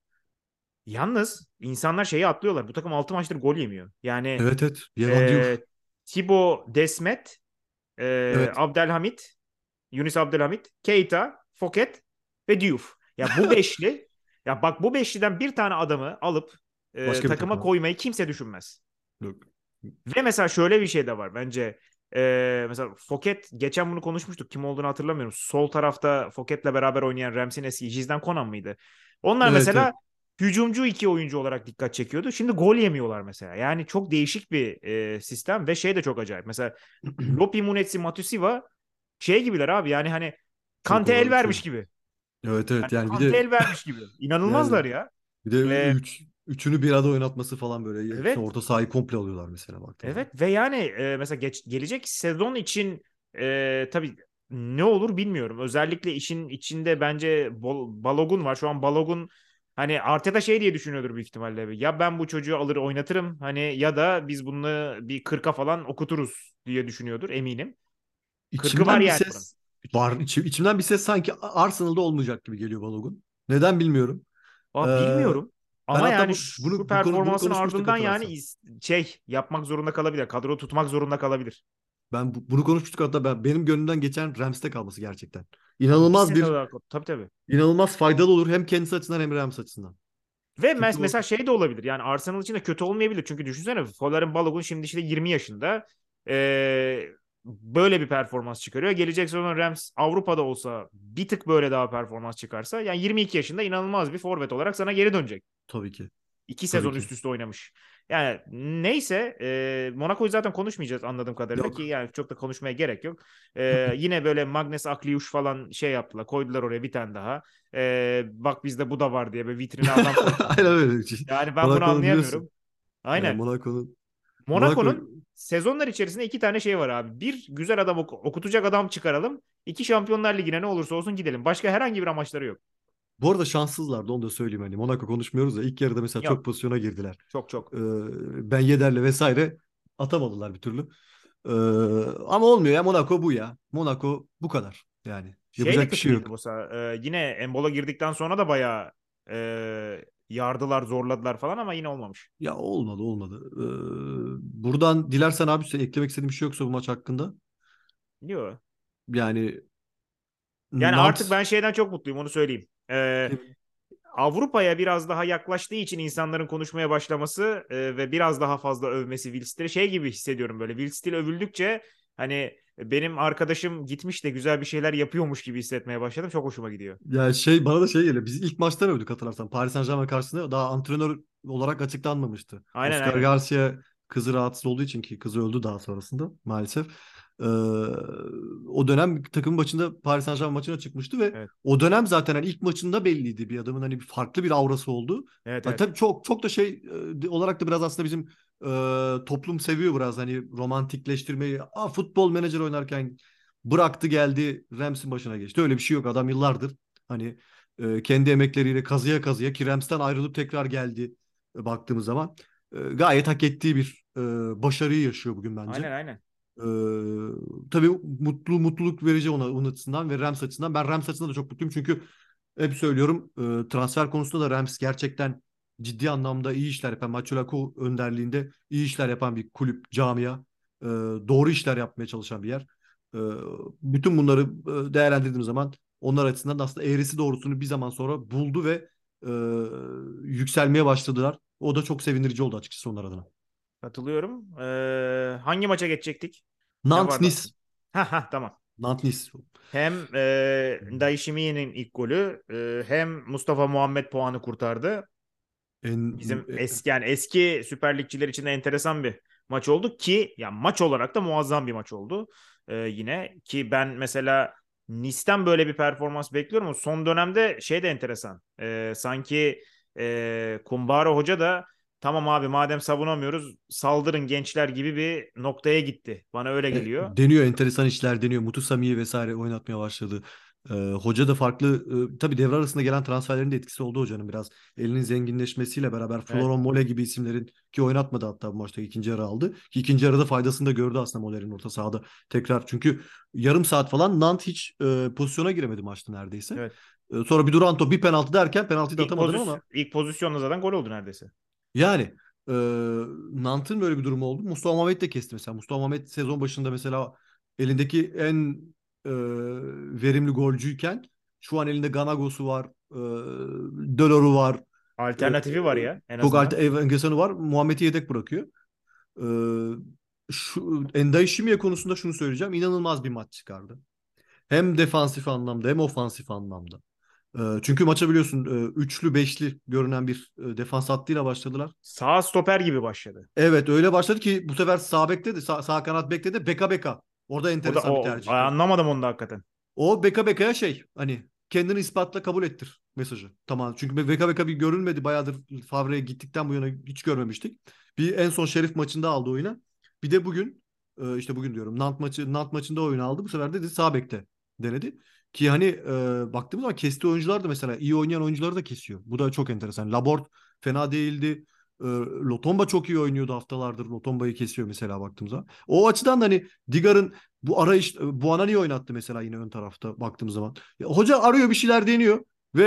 Yalnız insanlar şeyi atlıyorlar. Bu takım altı maçtır gol yemiyor. Yani Evet evet. Yevan Diouf. e, Thibaut Desmet, e, Evet. Abdelhamit, Yunus Abdelhamit, Keita, Foket ve Diouf. Ya bu beşli, ya bak bu beşliden bir tane adamı alıp e, Başka bir takıma takıma. koymayı kimse düşünmez. Yok. Ve mesela şöyle bir şey de var bence. Ee, mesela Foket geçen bunu konuşmuştuk. Kim olduğunu hatırlamıyorum. Sol tarafta Foket'le beraber oynayan Rams'in eski Jizden Konan mıydı? Onlar Evet evet. mesela hücumcu iki oyuncu olarak dikkat çekiyordu. Şimdi gol yemiyorlar mesela. Yani çok değişik bir e, sistem ve şey de çok acayip. Mesela Lopi, Munetsi, Matusiwa şey gibiler abi. Yani hani Çok Kante el olağanüstü. vermiş gibi. Evet evet Yani yani bir Kante de el vermiş gibi. yani İnanılmazlar ya. bir de Ee, üç, üçünü bir arada oynatması falan böyle hepsini evet. orta sahayı komple alıyorlar mesela baktığın zaman. Evet ve yani e, mesela geç, gelecek sezon için e, tabii ne olur bilmiyorum. Özellikle işin içinde bence Bol- Balogun var. Şu an Balogun hani Arteta şey diye düşünüyordur büyük ihtimalle. Ya ben bu çocuğu alır oynatırım hani ya da biz bunu bir kırka falan okuturuz diye düşünüyordur eminim. Kırkı var İçimden bir yani bunun. ses var. İçim, içimden bir ses sanki Arsenal'da olmayacak gibi geliyor Balogun. Neden bilmiyorum. Ee, Aa, bilmiyorum. ben Ama hatta yani bu, şu bunu bu konu bunu performansın konuşmuştuk ardından yani hatırlarsan. is- şey yapmak zorunda kalabilir. Kadro tutmak zorunda kalabilir. Ben bu- bunu konuşmuştuk hatta ben, benim gönlümden geçen Rams'te kalması gerçekten. Abi bir İnanılmaz sene bir daha tabii tabii. inanılmaz faydalı olur hem kendisi açısından hem Rams açısından. Ve Çünkü mes o mesela şey de olabilir. Yani Arsenal için de kötü olmayabilir. Çünkü düşünsene Folarin Balogun şimdi işte yirmi yaşında. Ee, böyle bir performans çıkarıyor. Gelecek sezon Rams Avrupa'da olsa bir tık böyle daha performans çıkarsa yani yirmi iki yaşında inanılmaz bir forvet olarak sana geri dönecek. tabii ki. İki Tabii sezon ki. üst üste oynamış. Yani neyse e, Monaco'yu zaten konuşmayacağız anladığım kadarıyla ki Yok. yani çok da konuşmaya gerek yok. E, yine böyle Magnus Akliuş falan şey yaptılar koydular oraya bir tane daha. E, bak bizde bu da var diye böyle vitrine adam koydular Aynen böyle. öyle. Yani ben bunu Monaco'nun biliyorsun. anlayamıyorum. E, Aynen. Monaco'nun Monaco Monaco'nun sezonlar içerisinde iki tane şey var abi. Bir güzel adam oku- okutacak adam çıkaralım. İki Şampiyonlar Ligi'ne ne olursa olsun gidelim. Başka herhangi bir amaçları yok. bu arada şanssızlardı onu da söyleyeyim hani Monaco konuşmuyoruz ya ilk yarıda mesela çok Yok. pozisyona girdiler. Çok çok. Ee, Ben Yedder'le vesaire atamadılar bir türlü. Ee, Ama olmuyor ya Monaco bu ya. Monaco bu kadar yani. Şey de Yapacak bir kötü şey değildi yok. bu sefer. Ee, yine Embola girdikten sonra da bayağı e, yardılar, zorladılar falan ama yine olmamış. Ya olmadı olmadı. Ee, buradan dilersen abi sen eklemek istediğin bir şey yoksa bu maç hakkında. Yok. Yani Yani artık Nantes ben şeyden çok mutluyum onu söyleyeyim. Ee, Avrupa'ya biraz daha yaklaştığı için insanların konuşmaya başlaması e, ve biraz daha fazla övmesi Will Steele'i şey gibi hissediyorum böyle. Will Steele övüldükçe hani benim arkadaşım gitmiş de güzel bir şeyler yapıyormuş gibi hissetmeye başladım. Çok hoşuma gidiyor. ya şey bana da şey geliyor. Biz ilk maçtan öldük hatırlarsan. Paris Saint-Germain karşısında daha antrenör olarak açıklanmamıştı. Aynen Oscar aynen. Garcia kızı rahatsız olduğu için ki kızı öldü daha sonrasında maalesef. Ee, O dönem takımın başında Paris Saint-Germain maçına çıkmıştı ve Evet. o dönem zaten hani ilk maçında belliydi bir adamın hani bir farklı bir aurası oldu. Evet Ha, evet. tabii çok çok da şey e, olarak da biraz aslında bizim e, toplum seviyor biraz hani romantikleştirmeyi. Aa, futbol menajer oynarken bıraktı geldi Rams'in başına geçti. Öyle bir şey yok. Adam yıllardır hani e, kendi emekleriyle kazıya kazıya ki Rams'ten ayrılıp tekrar geldi e, baktığımız zaman. E, gayet hak ettiği bir e, başarıyı yaşıyor bugün bence. Aynen aynen. E, tabii mutlu mutluluk verici ona onun açısından ve Rams açısından. Ben Rams açısından da çok mutluyum çünkü hep söylüyorum e, transfer konusunda da Rams gerçekten ciddi anlamda iyi işler yapan Maçolako önderliğinde iyi işler yapan bir kulüp, camia. E, Doğru işler yapmaya çalışan bir yer. E, Bütün bunları e, değerlendirdiğim zaman onlar açısından da aslında eğrisi doğrusunu bir zaman sonra buldu ve e, yükselmeye başladılar. O da çok sevindirici oldu açıkçası onlar adına. Katılıyorum. Ee, hangi maça geçecektik? Ne vardı Nantes-Nice. aklında? Ha ha, tamam. Nantes-Nice. Hem e, Ndayishimiye'nin ilk golü, e, hem Mustafa Muhammed puanı kurtardı. En, Bizim e, eski yani eski Süper Ligçiler için de enteresan bir maç oldu ki ya maç olarak da muazzam bir maç oldu. Ee, yine ki ben mesela Nice'ten böyle bir performans bekliyorum ama son dönemde şey de enteresan. Ee, sanki e, Kumbara Hoca da tamam abi madem savunamıyoruz saldırın gençler gibi bir noktaya gitti. Bana öyle E, geliyor. deniyor, enteresan işler deniyor. Mutusami'yi vesaire oynatmaya başladı. E, hoca da farklı, e, tabii devre arasında gelen transferlerin de etkisi oldu hocanın biraz. Elinin zenginleşmesiyle beraber Evet, Floron Mole gibi isimlerin, ki oynatmadı hatta bu maçta, ikinci yarı aldı. Ki ikinci yarıda faydasını da gördü aslında Mole'nin orta sahada tekrar. Çünkü yarım saat falan Nantes hiç e, pozisyona giremedi maçta neredeyse. evet. E, sonra bir Duranto bir penaltı derken penaltıyı da İlk atamadın pozisyon ama ilk pozisyonda zaten gol oldu neredeyse. yani e, Nant'ın böyle bir durumu oldu. Mustafa Muhammed de kesti mesela. Mustafa Muhammed sezon başında mesela elindeki en e, verimli golcüyken şu an elinde Ganagos'u var, e, Dölor'u var, e, Alternatifi var ya en çok azından. artı Engeson'u var. Muhammed'i yedek bırakıyor. E, şu Endai Şimiye konusunda şunu söyleyeceğim. İnanılmaz bir maç çıkardı. Hem defansif anlamda hem ofansif anlamda. E, çünkü maça biliyorsun e, üçlü beşli görünen bir e, defans hattıyla başladılar. Sağ stoper gibi başladı. Evet, öyle başladı ki bu sefer sağ bekte de sağ, sağ kanat bekte de Beka Beka. Orada O da enteresan bir o tercihti. anlamadım onu da hakikaten. O Beka Beka'ya şey, hani kendini ispatla, kabul ettir mesajı. Tamam, çünkü Beka Beka bir görülmedi. Bayağıdır Favre'ye gittikten bu yana hiç görmemiştik. Bir en son Şerif maçında aldı oyuna. Bir de bugün e, işte bugün diyorum Nant maçı Nant maçında oyunu aldı. Bu sefer de dedi sağ bekte denedi. Ki hani e, baktığımız zaman kestiği oyuncular da mesela iyi oynayan oyuncuları da kesiyor. Bu da çok enteresan. Labort fena değildi. E, Lotomba çok iyi oynuyordu haftalardır. Lotomba'yı kesiyor mesela baktığımızda. O açıdan da hani Digar'ın bu arayış, bu ana niye oynattı mesela yine ön tarafta baktığımız zaman. Ya, hoca arıyor, bir şeyler deniyor ve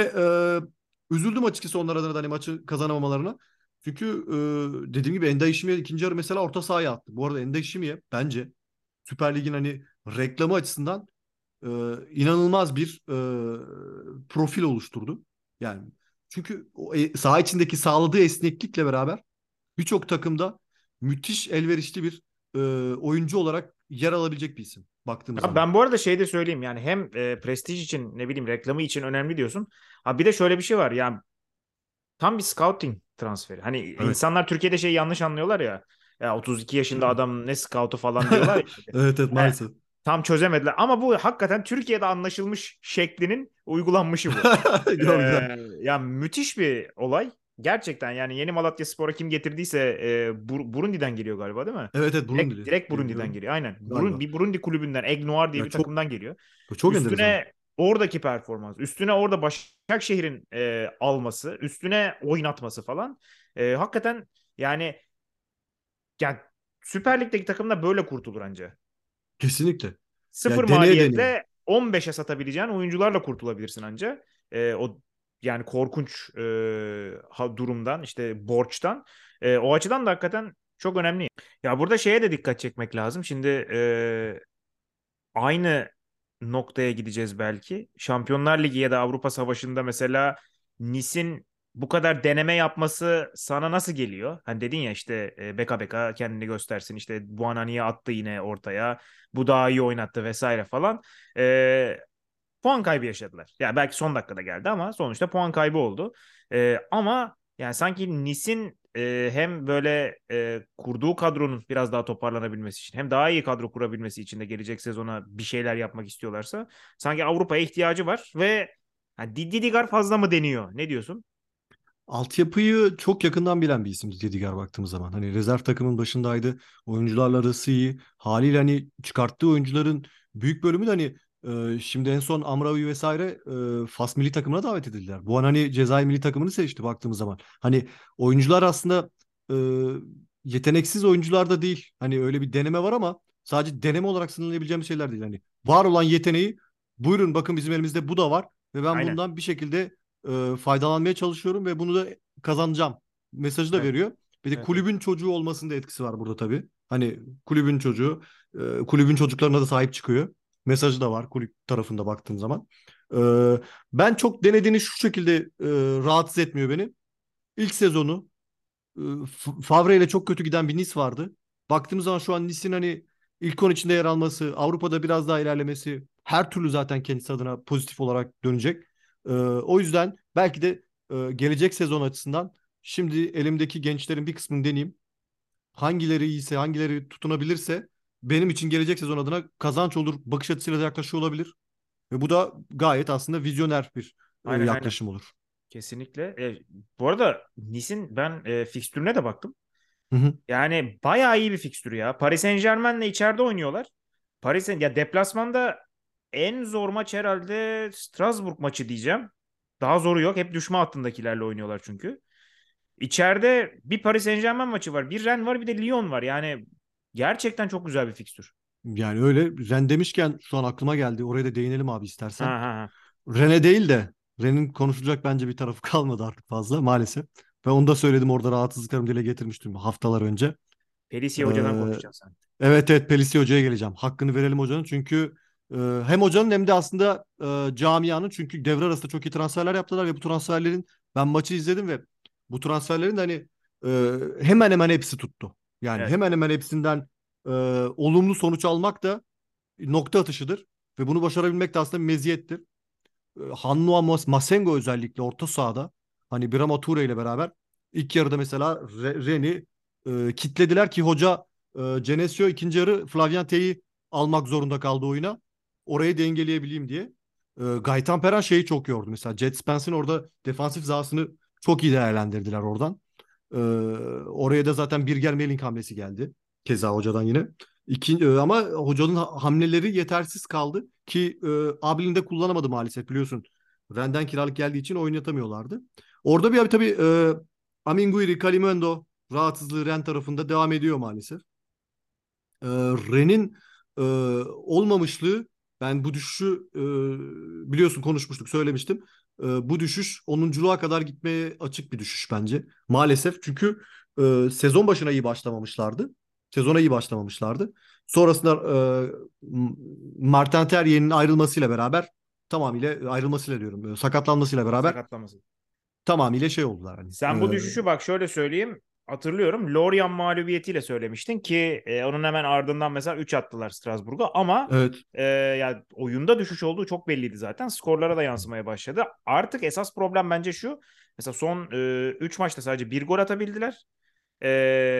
e, üzüldüm açıkçası onlar adına da hani maçı kazanamamalarına. Çünkü e, dediğim gibi Enda İşimiye ikinci yarı mesela orta sahaya attı. Bu arada Enda İşimiye bence Süper Lig'in hani reklamı açısından e, inanılmaz bir e, profil oluşturdu. Yani çünkü o e, saha içindeki sağladığı esneklikle beraber birçok takımda müthiş elverişli bir e, oyuncu olarak yer alabilecek bir isim baktığımız Ya zaman. ben bu arada şey de söyleyeyim yani hem e, prestij için ne bileyim reklamı için önemli diyorsun. Ha bir de şöyle bir şey var yani tam bir scouting transferi. Hani Evet. insanlar Türkiye'de şey yanlış anlıyorlar ya. Ya otuz iki yaşında adam ne scoutu falan diyorlar ya. Evet, evet, Hani maalesef. tam çözemediler ama bu hakikaten Türkiye'de anlaşılmış şeklinin uygulanmışı bu. Güzel, güzel. Ee, ya müthiş bir olay. Gerçekten yani Yeni Malatyaspor'a kim getirdiyse e, Bur- Burundi'den geliyor galiba değil mi? Evet, evet, Direkt, Burundi'li direkt diye Burundi'den biliyorum geliyor. Aynen. Burun, galiba. bir Burundi kulübünden Aigle Noir diye Ya bir çok takımdan geliyor. çok enteresan. Üstüne oradaki performans, üstüne orada Başakşehir'in e, alması, üstüne oynatması falan. E, hakikaten yani, yani Süper Lig'deki takımda böyle kurtulur anca. Kesinlikle. Sıfır Ya deneye deneye. maliyetle on beşe satabileceğin oyuncularla kurtulabilirsin anca. E, o yani korkunç e, ha- durumdan işte borçtan. E, o açıdan da hakikaten çok önemli. Ya burada şeye de dikkat çekmek lazım. Şimdi e, aynı noktaya gideceğiz belki. Şampiyonlar Ligi ya da Avrupa Savaşı'nda mesela Nice'in bu kadar deneme yapması sana nasıl geliyor? Hani dedin ya işte e, beka beka kendini göstersin. İşte Buonannia attı yine ortaya. Bu daha iyi oynattı vesaire falan. E, puan kaybı yaşadılar. Yani belki son dakikada geldi ama sonuçta puan kaybı oldu. Ee, ama yani sanki Nis'in e, hem böyle e, kurduğu kadronun biraz daha toparlanabilmesi için hem daha iyi kadro kurabilmesi için de gelecek sezona bir şeyler yapmak istiyorlarsa sanki Avrupa'ya ihtiyacı var ve ha, Didi Digar fazla mı deniyor? Ne diyorsun? Altyapıyı çok yakından bilen bir isim Didier baktığımız zaman. Hani rezerv takımın başındaydı. Oyuncularla arası iyi. Haliyle hani çıkarttığı oyuncuların büyük bölümü de hani e, şimdi en son Amraoui vesaire e, Fas milli takımına davet edildiler. Bu an hani Cezayir milli takımını seçti baktığımız zaman. Hani oyuncular aslında e, yeteneksiz oyuncular da değil. Hani öyle bir deneme var ama sadece deneme olarak sınırlayabileceğimiz şeyler değil. Hani var olan yeteneği, buyurun bakın bizim elimizde bu da var ve ben Aynen. bundan bir şekilde e, faydalanmaya çalışıyorum ve bunu da kazanacağım mesajı da Evet. veriyor. Bir de Evet, evet. kulübün çocuğu olmasının da etkisi var burada tabii. Hani kulübün çocuğu, e, kulübün çocuklarına da sahip çıkıyor. Mesajı da var kulüp tarafında baktığın zaman. Ee, Ben çok denediğini şu şekilde e, rahatsız etmiyor beni. İlk sezonu e, F- Favre ile çok kötü giden bir Nice vardı. Baktığımız zaman şu an Nice'in hani ilk on içinde yer alması, Avrupa'da biraz daha ilerlemesi her türlü zaten kendisi adına pozitif olarak dönecek. Ee, o yüzden belki de e, gelecek sezon açısından şimdi elimdeki gençlerin bir kısmını deneyeyim. Hangileri iyiyse, hangileri tutunabilirse benim için gelecek sezon adına kazanç olur, bakış açısıyla da yaklaşıyor olabilir. Ve bu da gayet aslında vizyoner bir e, Aynen, aynen. yaklaşım olur. Kesinlikle. E, bu arada Nice'in ben e, fikstürüne de baktım. Hı hı. Yani bayağı iyi bir fikstürü ya. Paris Saint-Germain'le içeride oynuyorlar. Paris Saint ya deplasmanda en zor maç herhalde Strasbourg maçı diyeceğim. Daha zoru yok. Hep düşme hattındakilerle oynuyorlar çünkü. İçeride bir Paris Saint-Germain maçı var. Bir Rennes var, bir de Lyon var. Yani gerçekten çok güzel bir fikstür. Yani öyle Ren demişken şu an aklıma geldi. Oraya da değinelim abi Ha, istersen. ha, ha. Ren'e değil de Ren'in konuşulacak bence bir tarafı kalmadı artık fazla maalesef. Ve onu da söyledim orada rahatsızlıklarımı dile getirmiştim haftalar önce. Pelisiye hocadan Ee, konuşacaksın sen. evet evet Pelisi Hoca'ya geleceğim. Hakkını verelim hocanın çünkü e, hem hocanın hem de aslında e, camianın çünkü devre arasında çok iyi transferler yaptılar ve bu transferlerin ben maçı izledim ve bu transferlerin de hani e, hemen hemen hepsi tuttu. Yani Evet. hemen hemen hepsinden e, olumlu sonuç almak da nokta atışıdır ve bunu başarabilmek de aslında bir meziyettir. E, Hannoa Mas- Masengo özellikle orta sahada hani Birama Toure ile beraber ilk yarıda mesela Re- Ren'i e, kitlediler ki hoca e, Genesio ikinci yarı Flavien T'yi almak zorunda kaldı oyuna. Orayı dengeleyebileyim diye. E, Gaetan Perrin şeyi çok yordu. Mesela Jet Spence'in orada defansif zahasını çok iyi değerlendirdiler oradan. E, Oraya da zaten Birger Meling hamlesi geldi. Keza hocadan yine. İkinci, e, ama hocanın ha- hamleleri yetersiz kaldı ki e, Abili'ni de kullanamadı maalesef biliyorsun. Ren'den kiralık geldiği için oynatamıyorlardı. Orada bir abi tabii e, Aminguiri, Kalimundo rahatsızlığı Ren tarafında devam ediyor maalesef. E, Ren'in e, olmamışlığı ben bu düşüşü e, biliyorsun konuşmuştuk söylemiştim. E, bu düşüş onunculuğa kadar gitmeye açık bir düşüş bence. Maalesef çünkü e, sezon başına iyi başlamamışlardı. Sezona iyi başlamamışlardı. Sonrasında e, Martin Terrier'in ayrılmasıyla beraber tamamıyla ayrılmasıyla diyorum. e, Sakatlanmasıyla beraber Sakatlaması. tamamıyla şey oldular hani. Sen bu E, düşüşü bak şöyle söyleyeyim. Hatırlıyorum. Lorient mağlubiyetiyle söylemiştin ki e, onun hemen ardından mesela üç attılar Strasbourg'a ama evet. e, ya oyunda düşüş olduğu çok belliydi zaten. Skorlara da yansımaya başladı. Artık esas problem bence şu. Mesela son üç maçta sadece bir gol atabildiler. E,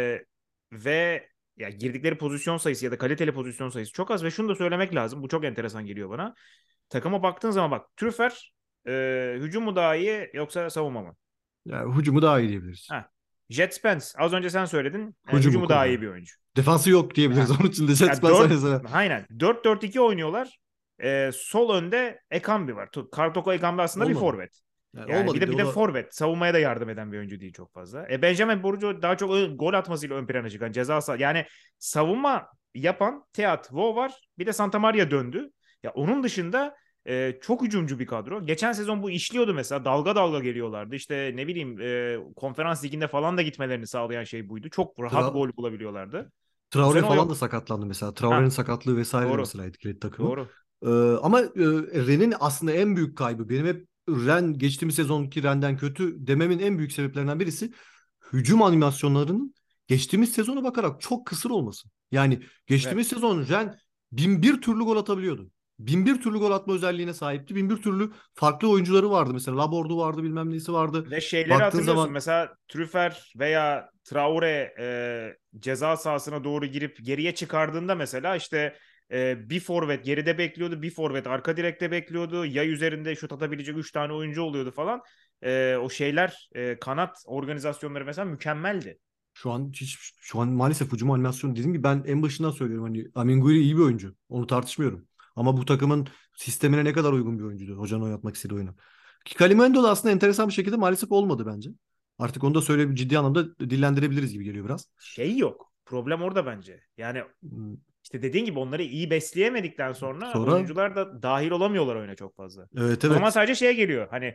ve ya girdikleri pozisyon sayısı ya da kaliteli pozisyon sayısı çok az ve şunu da söylemek lazım. Bu çok enteresan geliyor bana. Takıma baktığın zaman bak Trüffer e, hücum mu daha iyi yoksa savunma mı? Yani hücumu daha iyi diyebiliriz. Ha. Jet Spence az önce sen söyledin. E, Hücumu hücumu daha koyar. iyi bir oyuncu. Defansı yok diyebiliriz. Ha. Onun için de Jet Ya Spencer dört mesela. aynen dört dört iki oynuyorlar. E, sol önde Ekambi var. Tu- Kartoko Ekambi aslında bir Olmadı. forvet. Yani Yani olmadı bir bir de de bir o de da forvet. Savunmaya da yardım eden bir oyuncu değil çok fazla. E, Benjamin Borucu daha çok ö- gol atmasıyla ön plana çıkan ceza sahası. Yani savunma yapan Teat, Wo var. Bir de Santa Maria döndü. Ya onun dışında e, çok hücumcu bir kadro. Geçen sezon bu işliyordu mesela. Dalga dalga geliyorlardı. İşte ne bileyim e, konferans liginde falan da gitmelerini sağlayan şey buydu. Çok rahat Tra gol bulabiliyorlardı. Bu Traore sene o falan da yok. sakatlandı mesela. Traore'nin Ha, sakatlığı vesaire de doğru. mesela etkiledi takımı. Doğru. Ee, ama e, Ren'in aslında en büyük kaybı benim hep Ren geçtiğimiz sezonki Ren'den kötü dememin en büyük sebeplerinden birisi hücum animasyonlarının geçtiğimiz sezona bakarak çok kısır olması. Yani Evet. geçtiğimiz sezon Ren bin bir türlü gol atabiliyordu. Bin bir türlü gol atma özelliğine sahipti. Bin bir türlü farklı oyuncuları vardı. Mesela Labordu vardı bilmem neyisi vardı. Ve şeyleri Baktığın hatırlıyorsun. zaman Mesela Trüffer veya Traore e, ceza sahasına doğru girip geriye çıkardığında mesela işte e, bir forvet geride bekliyordu. Bir forvet arka direkte bekliyordu. Yay üzerinde şut atabilecek üç tane oyuncu oluyordu falan. E, o şeyler e, kanat organizasyonları mesela mükemmeldi. şu an hiç şu an maalesef hücum animasyonu dediğim gibi ben en başından söylüyorum hani Aminguri iyi bir oyuncu. Onu tartışmıyorum. Ama bu takımın sistemine ne kadar uygun bir oyuncuydu hocanın oynatmak istediği oyunu. Ki Kalimendo da aslında enteresan bir şekilde maalesef olmadı bence. Artık onu da söyle ciddi anlamda dillendirebiliriz gibi geliyor biraz. Şey yok. Problem orada bence. Yani Hmm, işte dediğin gibi onları iyi besleyemedikten sonra Sonra oyuncular da dahil olamıyorlar oyuna çok fazla. evet O zaman evet sadece şeye geliyor. Hani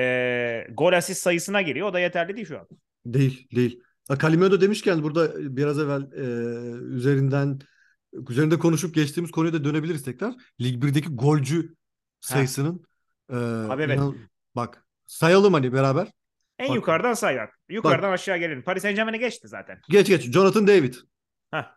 e, gol asist sayısına geliyor. O da yeterli değil şu an. değil değil. Ha, Kalimendo demişken burada biraz evvel e, üzerinden üzerinde konuşup geçtiğimiz konuya da dönebiliriz tekrar. Lig birdeki golcü Ha, sayısının Ee, Abi evet. inan bak sayalım hani beraber. En Bak yukarıdan say bak. Yukarıdan bak aşağı gelelim. Paris Saint-Germain'e geçti zaten. geç geç Jonathan David. Heh,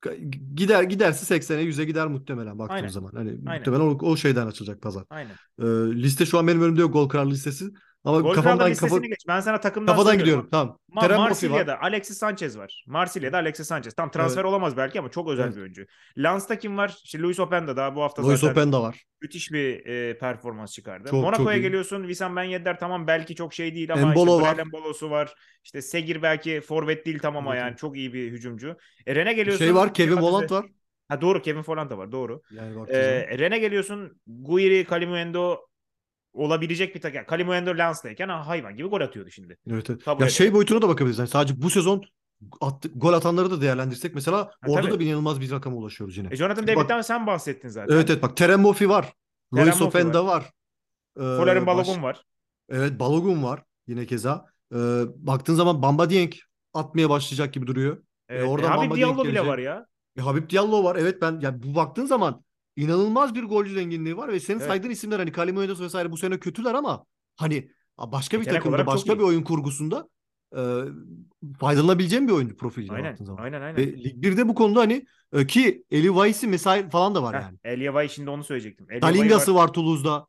Gider giderse seksene yüze gider muhtemelen baktığımız aynen. zaman. Hani Aynen. muhtemelen o, o şeyden açılacak pazar. Aynen. Ee, liste şu an benim önümde yok gol kralı listesi. Ama Gol krallığı kafamdan kafa, listesini geç. Ben sana takımdan kafadan söylüyorum. gidiyorum. Tamam. Ma Terem Moffi var. Marsilya'da Alexis Sanchez var. Marsilya'da Alexis Sanchez. Tam transfer Evet. olamaz belki ama çok özel Evet. bir oyuncu. Lens'ta kim var? İşte Luis Openda daha bu hafta Lois zaten Openda var. müthiş bir e, performans çıkardı. Çok çok Monaco'ya iyi. geliyorsun. Wissam Ben Yedder tamam belki çok şey değil ama işte Embolo var. Brelem Bolosu var. İşte Segir belki forvet değil tamam ama Evet, yani evet. çok iyi bir hücumcu. E, Ren'e Şey var. geliyorsun. Kevin Volland Diabaté. var. Ha doğru Kevin Folland da var doğru. Yani E, baktığın zaman. Ren'e geliyorsun. Guiri, Kalimuendo olabilecek bir takım. Yani Kalimuendo Lens'tayken ha, hayvan gibi gol atıyordu şimdi. Evet, evet. Kabul Ya şey edelim. boyutuna da bakabiliriz. Yani sadece bu sezon attı, gol atanları da değerlendirsek mesela Ha, orada tabii. da bir inanılmaz bir rakama ulaşıyoruz yine. E, Jonathan Çünkü bak David'den sen bahsettin evet zaten. evet bak Terem Moffi var. Kerem Lois Moffi var. Openda var. Folarin Ee, baş Balogun var. evet Balogun var yine keza. Ee, baktığın zaman Bamba Dieng atmaya başlayacak gibi duruyor. E, Evet. E, oradan Habib Bamba Dieng Diallo bile var gelecek. ya. E, Habib Diallo var. Evet ben yani bu baktığın zaman inanılmaz bir golcü zenginliği var ve senin Evet. saydığın isimler hani Kalimoyedis vesaire bu sene kötüler ama hani başka bir Yetenek takımda olarak çok başka bir iyi. oyun kurgusunda e, faydalanabileceğin bir oyuncu profiline Aynen. baktığın zaman. Aynen aynen. Ve Lig birde bu konuda hani e, ki Eli Vaisi mesai falan da var Heh, yani. Elyavay şimdi onu söyleyecektim. Elyavay var. Dalinga'sı var Toulouse'da.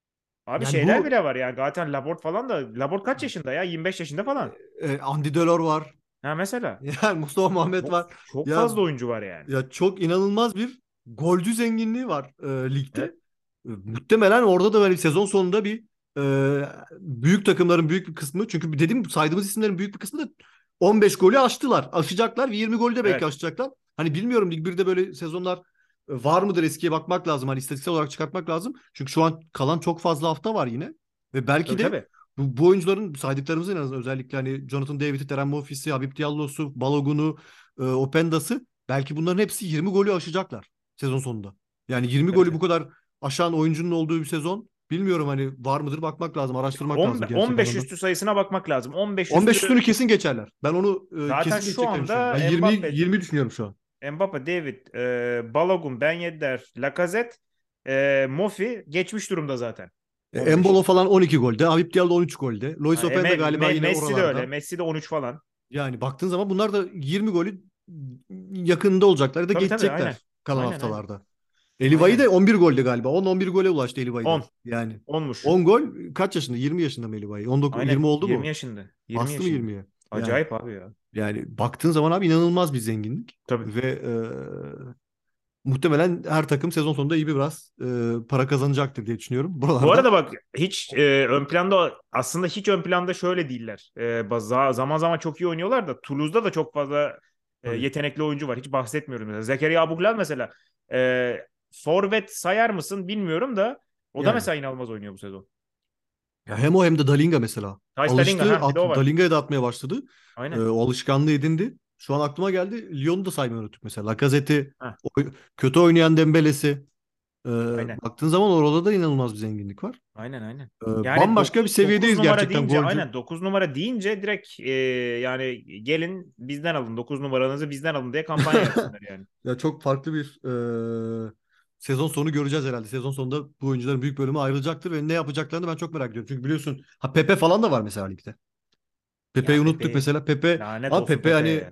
Abi Yani şeyler bu bile var ya. Zaten Labort falan da. Labort kaç yaşında ya? yirmi beş yaşında falan. e, Andy Delors var. Ha mesela. Yani Mustafa Muhammed Çok, var. çok Ya fazla oyuncu var yani. ya çok inanılmaz bir golcü zenginliği var e, ligde. Evet. E, muhtemelen orada da böyle sezon sonunda bir e, büyük takımların büyük bir kısmı çünkü dediğim saydığımız isimlerin büyük bir kısmı da on beş golü aştılar. Aşacaklar ve yirmi golü de belki Evet. aşacaklar. Hani bilmiyorum Lig birde böyle sezonlar e, var mıdır eskiye bakmak lazım. Hani istatistiksel olarak çıkartmak lazım. Çünkü şu an kalan çok fazla hafta var yine. Ve belki Tabii de tabii. bu, bu oyuncuların saydıklarımızın en azından özellikle hani Jonathan David'i, Terem Moffi'si, Habib Diallo'su, Balogun'u, e, Openda'sı belki bunların hepsi yirmi golü aşacaklar sezon sonunda. Yani yirmi Tabii golü bu tabii. kadar aşan oyuncunun olduğu bir sezon bilmiyorum hani var mıdır bakmak lazım, araştırmak on, lazım gerçek on beş anlamda. üstü sayısına bakmak lazım. on beş on beş üstü üstünü kesin geçerler. Ben onu e, zaten kesin şu geçeceklerini düşünüyorum. Ben anda yirmi Mbappe, yirmi düşünüyorum şu an. Mbappe, David, e, Balogun, Ben Yedder, Lacazette, e, Mofi geçmiş durumda zaten. E, on beşi. Embolo falan on iki golde, Habib Diallo on üç golde. Lois Ha, e, Openda Me- galiba Me- yine Messi de öyle. oralarda. Messi de on üç falan. Yani baktığın zaman bunlar da yirmi golü yakında olacaklar ya da Tabii tabii aynen. geçecekler kalan Aynen aynen. haftalarda. Elivayi Aynen. de on bir golde galiba. on on bir gole ulaştı Elivayi de. on. Yani Onmuş. on gol kaç yaşında? yirmi yaşında mı Elivayi? on dokuz Aynen. yirmi oldu yirmi mu? yaşında. yirmi Bastı mı yaşında. yirmiye? Yani Acayip abi ya. yani baktığın zaman abi inanılmaz bir zenginlik Tabii. ve e, muhtemelen her takım sezon sonunda iyi bir biraz e, para kazanacaktır diye düşünüyorum Bu buralarda. arada bak hiç e, ön planda aslında hiç ön planda şöyle değiller. E, baz- zaman zaman çok iyi oynuyorlar da Toulouse'da da çok fazla e, Tabii. yetenekli oyuncu var. Hiç bahsetmiyorum mesela. Zekeriya Abuglal mesela e, forvet sayar mısın bilmiyorum da o da Yani mesela inanılmaz oynuyor bu sezon. ya hem o hem de Dalinga mesela. Thijs Dallinga Alıştı, ha bir at, de o var. Dalinga'ya da atmaya başladı. E, Aynen. o alışkanlığı edindi. Şu an aklıma geldi. Lyon'u da saymayı unuttuk mesela. Lacazette'i, Ha, oy- kötü oynayan Dembele'si. E, aynen. baktığın zaman orada da inanılmaz bir zenginlik var. Aynen aynen. E, Yani bambaşka bir dokuz dokuz seviyedeyiz numara gerçekten deyince golcü. aynen dokuz numara deyince direkt e, yani gelin bizden alın dokuz numaranızı bizden alın diye kampanya yapsınlar yani. Ya çok farklı bir e, sezon sonu göreceğiz herhalde. Sezon sonunda bu oyuncuların büyük bölümü ayrılacaktır ve ne yapacaklarını ben çok merak ediyorum. Çünkü biliyorsun ha Pepe falan da var mesela ligde. Pepe'yi Ya unuttuk Pepe mesela. Pepe lanet ama olsun Pepe Pepe hani ya.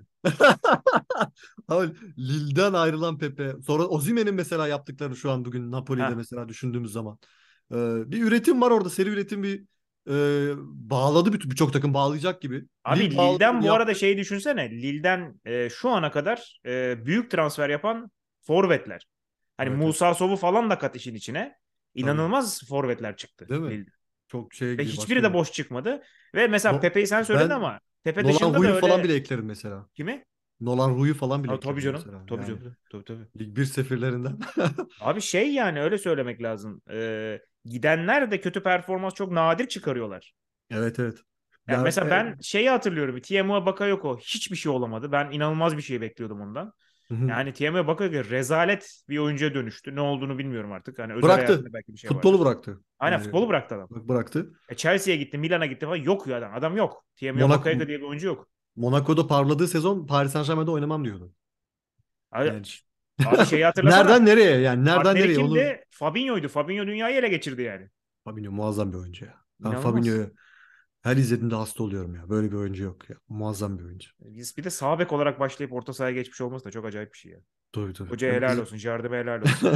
abi Lille'den ayrılan Pepe. Sonra Osimhen'in mesela yaptıklarını şu an bugün Napoli'de Ha. mesela düşündüğümüz zaman. E, bir üretim var orada. Seri üretim bir e, bağladı bir- birçok takım bağlayacak gibi. Abi Lille bağladı Lille'den bu arada yaptı. şeyi düşünsene. Lille'den e, şu ana kadar e, büyük transfer yapan forvetler. Hani Evet, evet. Musa Sow'u falan da kat işin içine. Tabii. İnanılmaz forvetler çıktı Değil mi? Lille'den. Çok şeye Ve gidiyor hiçbiri başka de bir. boş çıkmadı. Ve mesela No, Pepe'yi sen söyledin ben ama Pepe Nolan dışında da Rui'yu falan öyle bile eklerim mesela. kimi? Nolan Rui'yu falan bile Ha, tabii eklerim canım. mesela. Tabii Yani canım. Tabii tabii. Lig bir sefirlerinden. Abi şey yani öyle söylemek lazım. Ee, gidenler de kötü performans çok nadir çıkarıyorlar. Evet, evet. Yani Ya, mesela e, ben şeyi hatırlıyorum. Tiemoué Bakayoko hiçbir şey olamadı. Ben inanılmaz bir şey bekliyordum ondan. hı hı. Yani Tiemoué Bakayoko rezalet bir oyuncuya dönüştü. Ne olduğunu bilmiyorum artık. Hani özel Bıraktı. hayatında belki bir şey Futbolu vardır. bıraktı. Aynen Yani futbolu bıraktı adam. bıraktı. E, Chelsea'ye gitti, Milan'a gitti falan. Yok ya adam. Adam yok. Tiemoué Monaco, Bakayoko diye bir oyuncu yok. Monaco'da parladığı sezon Paris Saint-Germain'de oynamam diyordu. Abi, Yani abi şeyi hatırlasana. nereden nereye yani nereden Partneri nereye onu kimdi? Fabinho'ydu. Fabinho dünyayı ele geçirdi yani. Fabinho muazzam bir oyuncu ya. Ben İnanılmaz. Fabinho'yu her izlediğimde hasta oluyorum ya. Böyle bir oyuncu yok ya. Muazzam bir oyuncu. Biz bir de sağ bek olarak başlayıp orta sahaya geçmiş olması da çok acayip bir şey ya. Tabii tabii. Hoca Ya helal biz- olsun. Jardime helal olsun.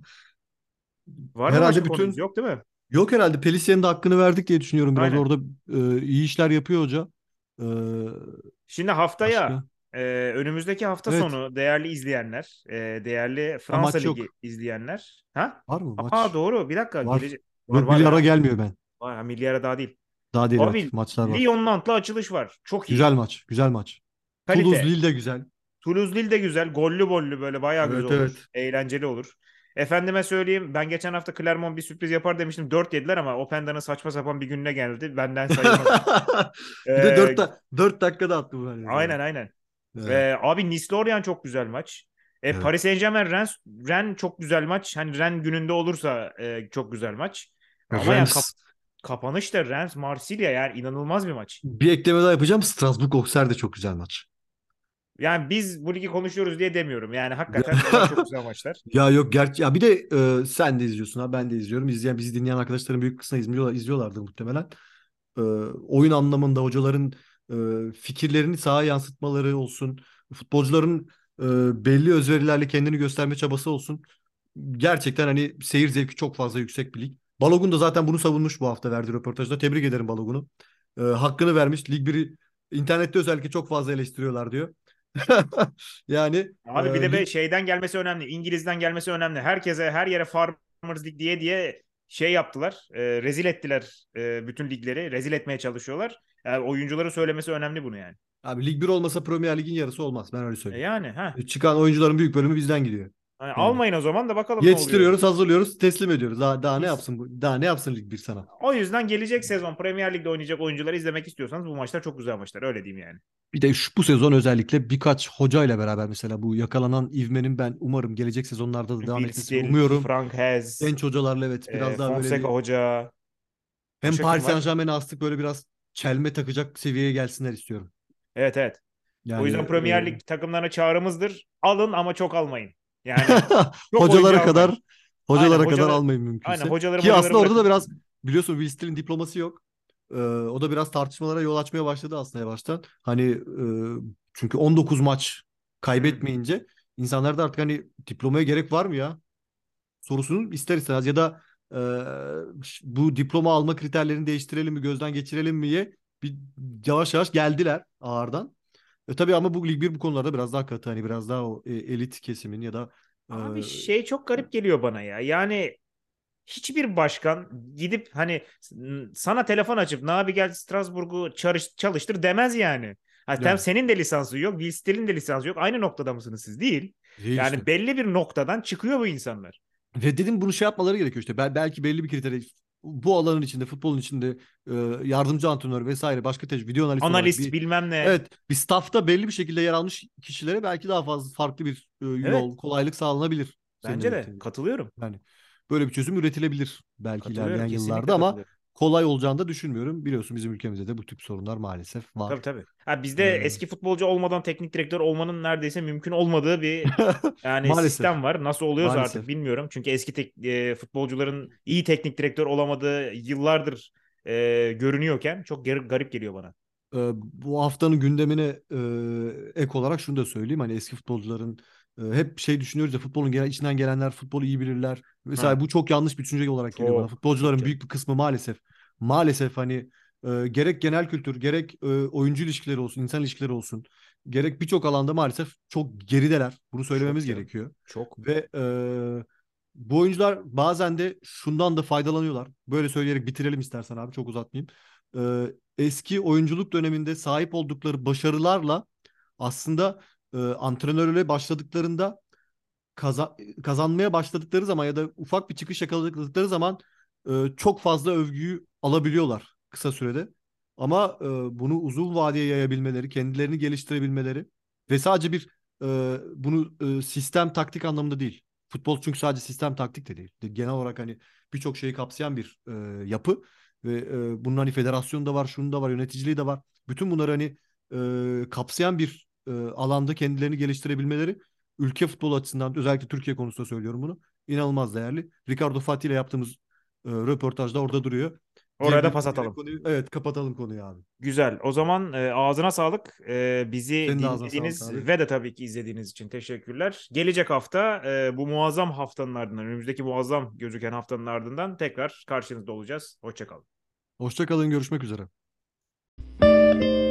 Var mı Herhalde başka konumuz? bütün Yok değil mi? yok herhalde Pelissier'in de hakkını verdik diye düşünüyorum. Biraz Aynen. orada e, iyi işler yapıyor hoca. E, Şimdi haftaya başka? e, önümüzdeki hafta Evet. sonu değerli izleyenler, e, değerli Ha, Fransa maç Ligi yok. izleyenler. Ha? Var mı Aa maç? doğru. Bir dakika Var. gelecek. Var Yok, var bilyara ya. gelmiyor ben. Var ha, milyara daha değil. Daha değil, evet. Abi Maçlar var. Lyon Nant'la açılış var. Çok Güzel iyi. maç. Güzel maç. Toulouse Kalite. Lille de güzel. Toulouse Lille de güzel. Gollü bollü böyle bayağı güzel Evet olur. evet. Eğlenceli olur. Efendime söyleyeyim ben geçen hafta Clermont bir sürpriz yapar demiştim. Dört yediler ama Openda'nın saçma sapan bir gününe geldi. Benden sayılmaz. Bir de Ee, dört da dört dakikada attı bu herif ya. aynen aynen. Evet. Ee, abi Nice Lorient çok güzel maç. E, Paris Evet. Saint-Germain Rennes, Rennes çok güzel maç. Hani Rennes gününde olursa e, çok güzel maç. Ama yani kap Reims. kapanış da Rennes Marsilya yani inanılmaz bir maç. Bir ekleme daha yapacağım. Strasbourg Auxerre de çok güzel maç. Yani biz bu ligi konuşuyoruz diye demiyorum. Yani hakikaten bunlar çok güzel maçlar. Ya yok gerçi ya bir de e, sen de izliyorsun ha, ben de izliyorum. İzleyen bizi dinleyen arkadaşların büyük kısmı izliyorlar, izliyorlardır muhtemelen. E, oyun anlamında hocaların e, fikirlerini sahaya yansıtmaları olsun. Futbolcuların e, belli özverilerle kendini gösterme çabası olsun. Gerçekten hani seyir zevki çok fazla yüksek bir lig. Balogun da zaten bunu savunmuş bu hafta verdiği röportajda. Tebrik ederim Balogun'u. E, hakkını vermiş. Lig biri internette özellikle çok fazla eleştiriyorlar diyor. Yani e, Abi bir de be lig şeyden gelmesi önemli. İngiliz'den gelmesi önemli. Herkese her yere Farmers League diye diye şey yaptılar. E, rezil ettiler e, bütün ligleri. Rezil etmeye çalışıyorlar. Yani oyuncuların söylemesi önemli bunu yani. Abi lig bir olmasa Premier Lig'in yarısı olmaz. Ben öyle E, söyleyeyim. yani ha. E, Çıkan oyuncuların büyük bölümü bizden gidiyor. Hani Yani almayın o zaman da bakalım ne oluyor. yetiştiriyoruz, hazırlıyoruz, teslim ediyoruz. Daha, daha ne Biz yapsın bu? Daha ne yapsın lig bir sana? o yüzden gelecek sezon Premier Lig'de oynayacak oyuncuları izlemek istiyorsanız bu maçlar çok güzel maçlar. Öyle diyeyim yani. Bir de şu, bu sezon özellikle birkaç hocayla beraber mesela bu yakalanan ivmenin ben umarım gelecek sezonlarda da devam Will etmesini Still, umuyorum. Frank Hez, Genç hocalarla evet e, biraz daha böyle Fonseca bir Hoca. hem Başka kim Paris var? Saint-Germain'e astık böyle biraz çelme takacak seviyeye gelsinler istiyorum. Evet evet. O Yani yüzden Premier e, Lig takımlarına çağrımızdır. Alın ama çok almayın. Yani çok oyuncu hocalara almayın. kadar Aynen hocalara kadar hocaları almayın aynen mümkünse. hocaları Ki mocaları aslında orada da bırakın. biraz biliyorsun Will Steele'in diploması yok. Ee, o da biraz tartışmalara yol açmaya başladı aslında yavaştan. Hani e, çünkü on dokuz maç Hı hı. kaybetmeyince insanlar da artık hani diplomaya gerek var mı ya? Sorusunu ister istemez ya da e, bu diploma alma kriterlerini değiştirelim mi, gözden geçirelim mi diye bir yavaş yavaş geldiler ağırdan. E, tabii ama bu lig bir bu konularda biraz daha katı hani biraz daha o e, elit kesimin ya da e, Abi şey çok garip geliyor bana ya. Yani hiçbir başkan gidip hani sana telefon açıp Nabi gel Strasbourg'u çalış, çalıştır demez yani. Ha, tam yani senin de lisansı yok, Will Still'in de lisansı yok. Aynı noktada mısınız siz? Değil. değil işte. Yani belli bir noktadan çıkıyor bu insanlar. Ve dedim bunu şey yapmaları gerekiyor işte. Bel- belki belli bir kritere bu alanın içinde, futbolun içinde e, yardımcı antrenör vesaire başka tecrübe, video analist olarak Analist bir bilmem ne. evet bir staffta belli bir şekilde yer almış kişilere belki daha fazla farklı bir e, Evet, yol, kolaylık sağlanabilir senin de bence de belirttiğin gibi. katılıyorum. Yani böyle bir çözüm üretilebilir belki Katılıyorum, ilerleyen kesinlikle yıllarda ama katılıyorum. kolay olacağını da düşünmüyorum. Biliyorsun bizim ülkemizde de bu tip sorunlar maalesef Tabii var. tabii. Ha, E, bizde eski futbolcu olmadan teknik direktör olmanın neredeyse mümkün olmadığı bir yani maalesef, sistem var. Nasıl oluyorsa artık maalesef. bilmiyorum. Çünkü eski tek, e, futbolcuların iyi teknik direktör olamadığı yıllardır e, görünüyorken çok gar- garip geliyor bana. Ee, bu haftanın gündemine e, ek olarak şunu da söyleyeyim. Hani eski futbolcuların e, hep şey düşünüyoruz ya futbolun gelen, içinden gelenler futbolu iyi bilirler. Mesela Ha, bu çok yanlış bir düşünce olarak geliyor bana. çok çok Futbolcuların canım. büyük bir kısmı maalesef maalesef hani e, gerek genel kültür gerek e, oyuncu ilişkileri olsun, insan ilişkileri olsun. Gerek birçok alanda maalesef çok gerideler. Bunu Çok söylememiz canım. gerekiyor. Çok. Ve e, bu oyuncular bazen de şundan da faydalanıyorlar. Böyle söyleyerek bitirelim istersen abi çok uzatmayayım. Ee, eski oyunculuk döneminde sahip oldukları başarılarla aslında e, antrenörle başladıklarında kaza- kazanmaya başladıkları zaman ya da ufak bir çıkış yakaladıkları zaman e, çok fazla övgüyü alabiliyorlar kısa sürede. Ama e, bunu uzun vadeye yayabilmeleri, kendilerini geliştirebilmeleri ve sadece bir e, bunu e, sistem taktik anlamında değil. Futbol çünkü sadece sistem taktik de değil. Genel olarak hani birçok şeyi kapsayan bir e, yapı ve e, bunun hani federasyonu da var, şunu da var, yöneticiliği de var. Bütün bunları hani e, kapsayan bir e, alanda kendilerini geliştirebilmeleri ülke futbolu açısından özellikle Türkiye konusunda söylüyorum bunu. İnanılmaz değerli. Ricardo Fatih ile yaptığımız e, röportajda orada duruyor. Oraya da pas Diyebilirim direkt atalım. konuyu. Evet, kapatalım konuyu abi. Güzel. O zaman e, ağzına sağlık. E, bizi Senin de ağzına sağlık dinlediğiniz abi. ve de tabii ki izlediğiniz için teşekkürler. Gelecek hafta e, bu muazzam haftanın ardından, önümüzdeki muazzam gözüken haftanın ardından tekrar karşınızda olacağız. Hoşça kalın. Hoşça kalın, görüşmek üzere.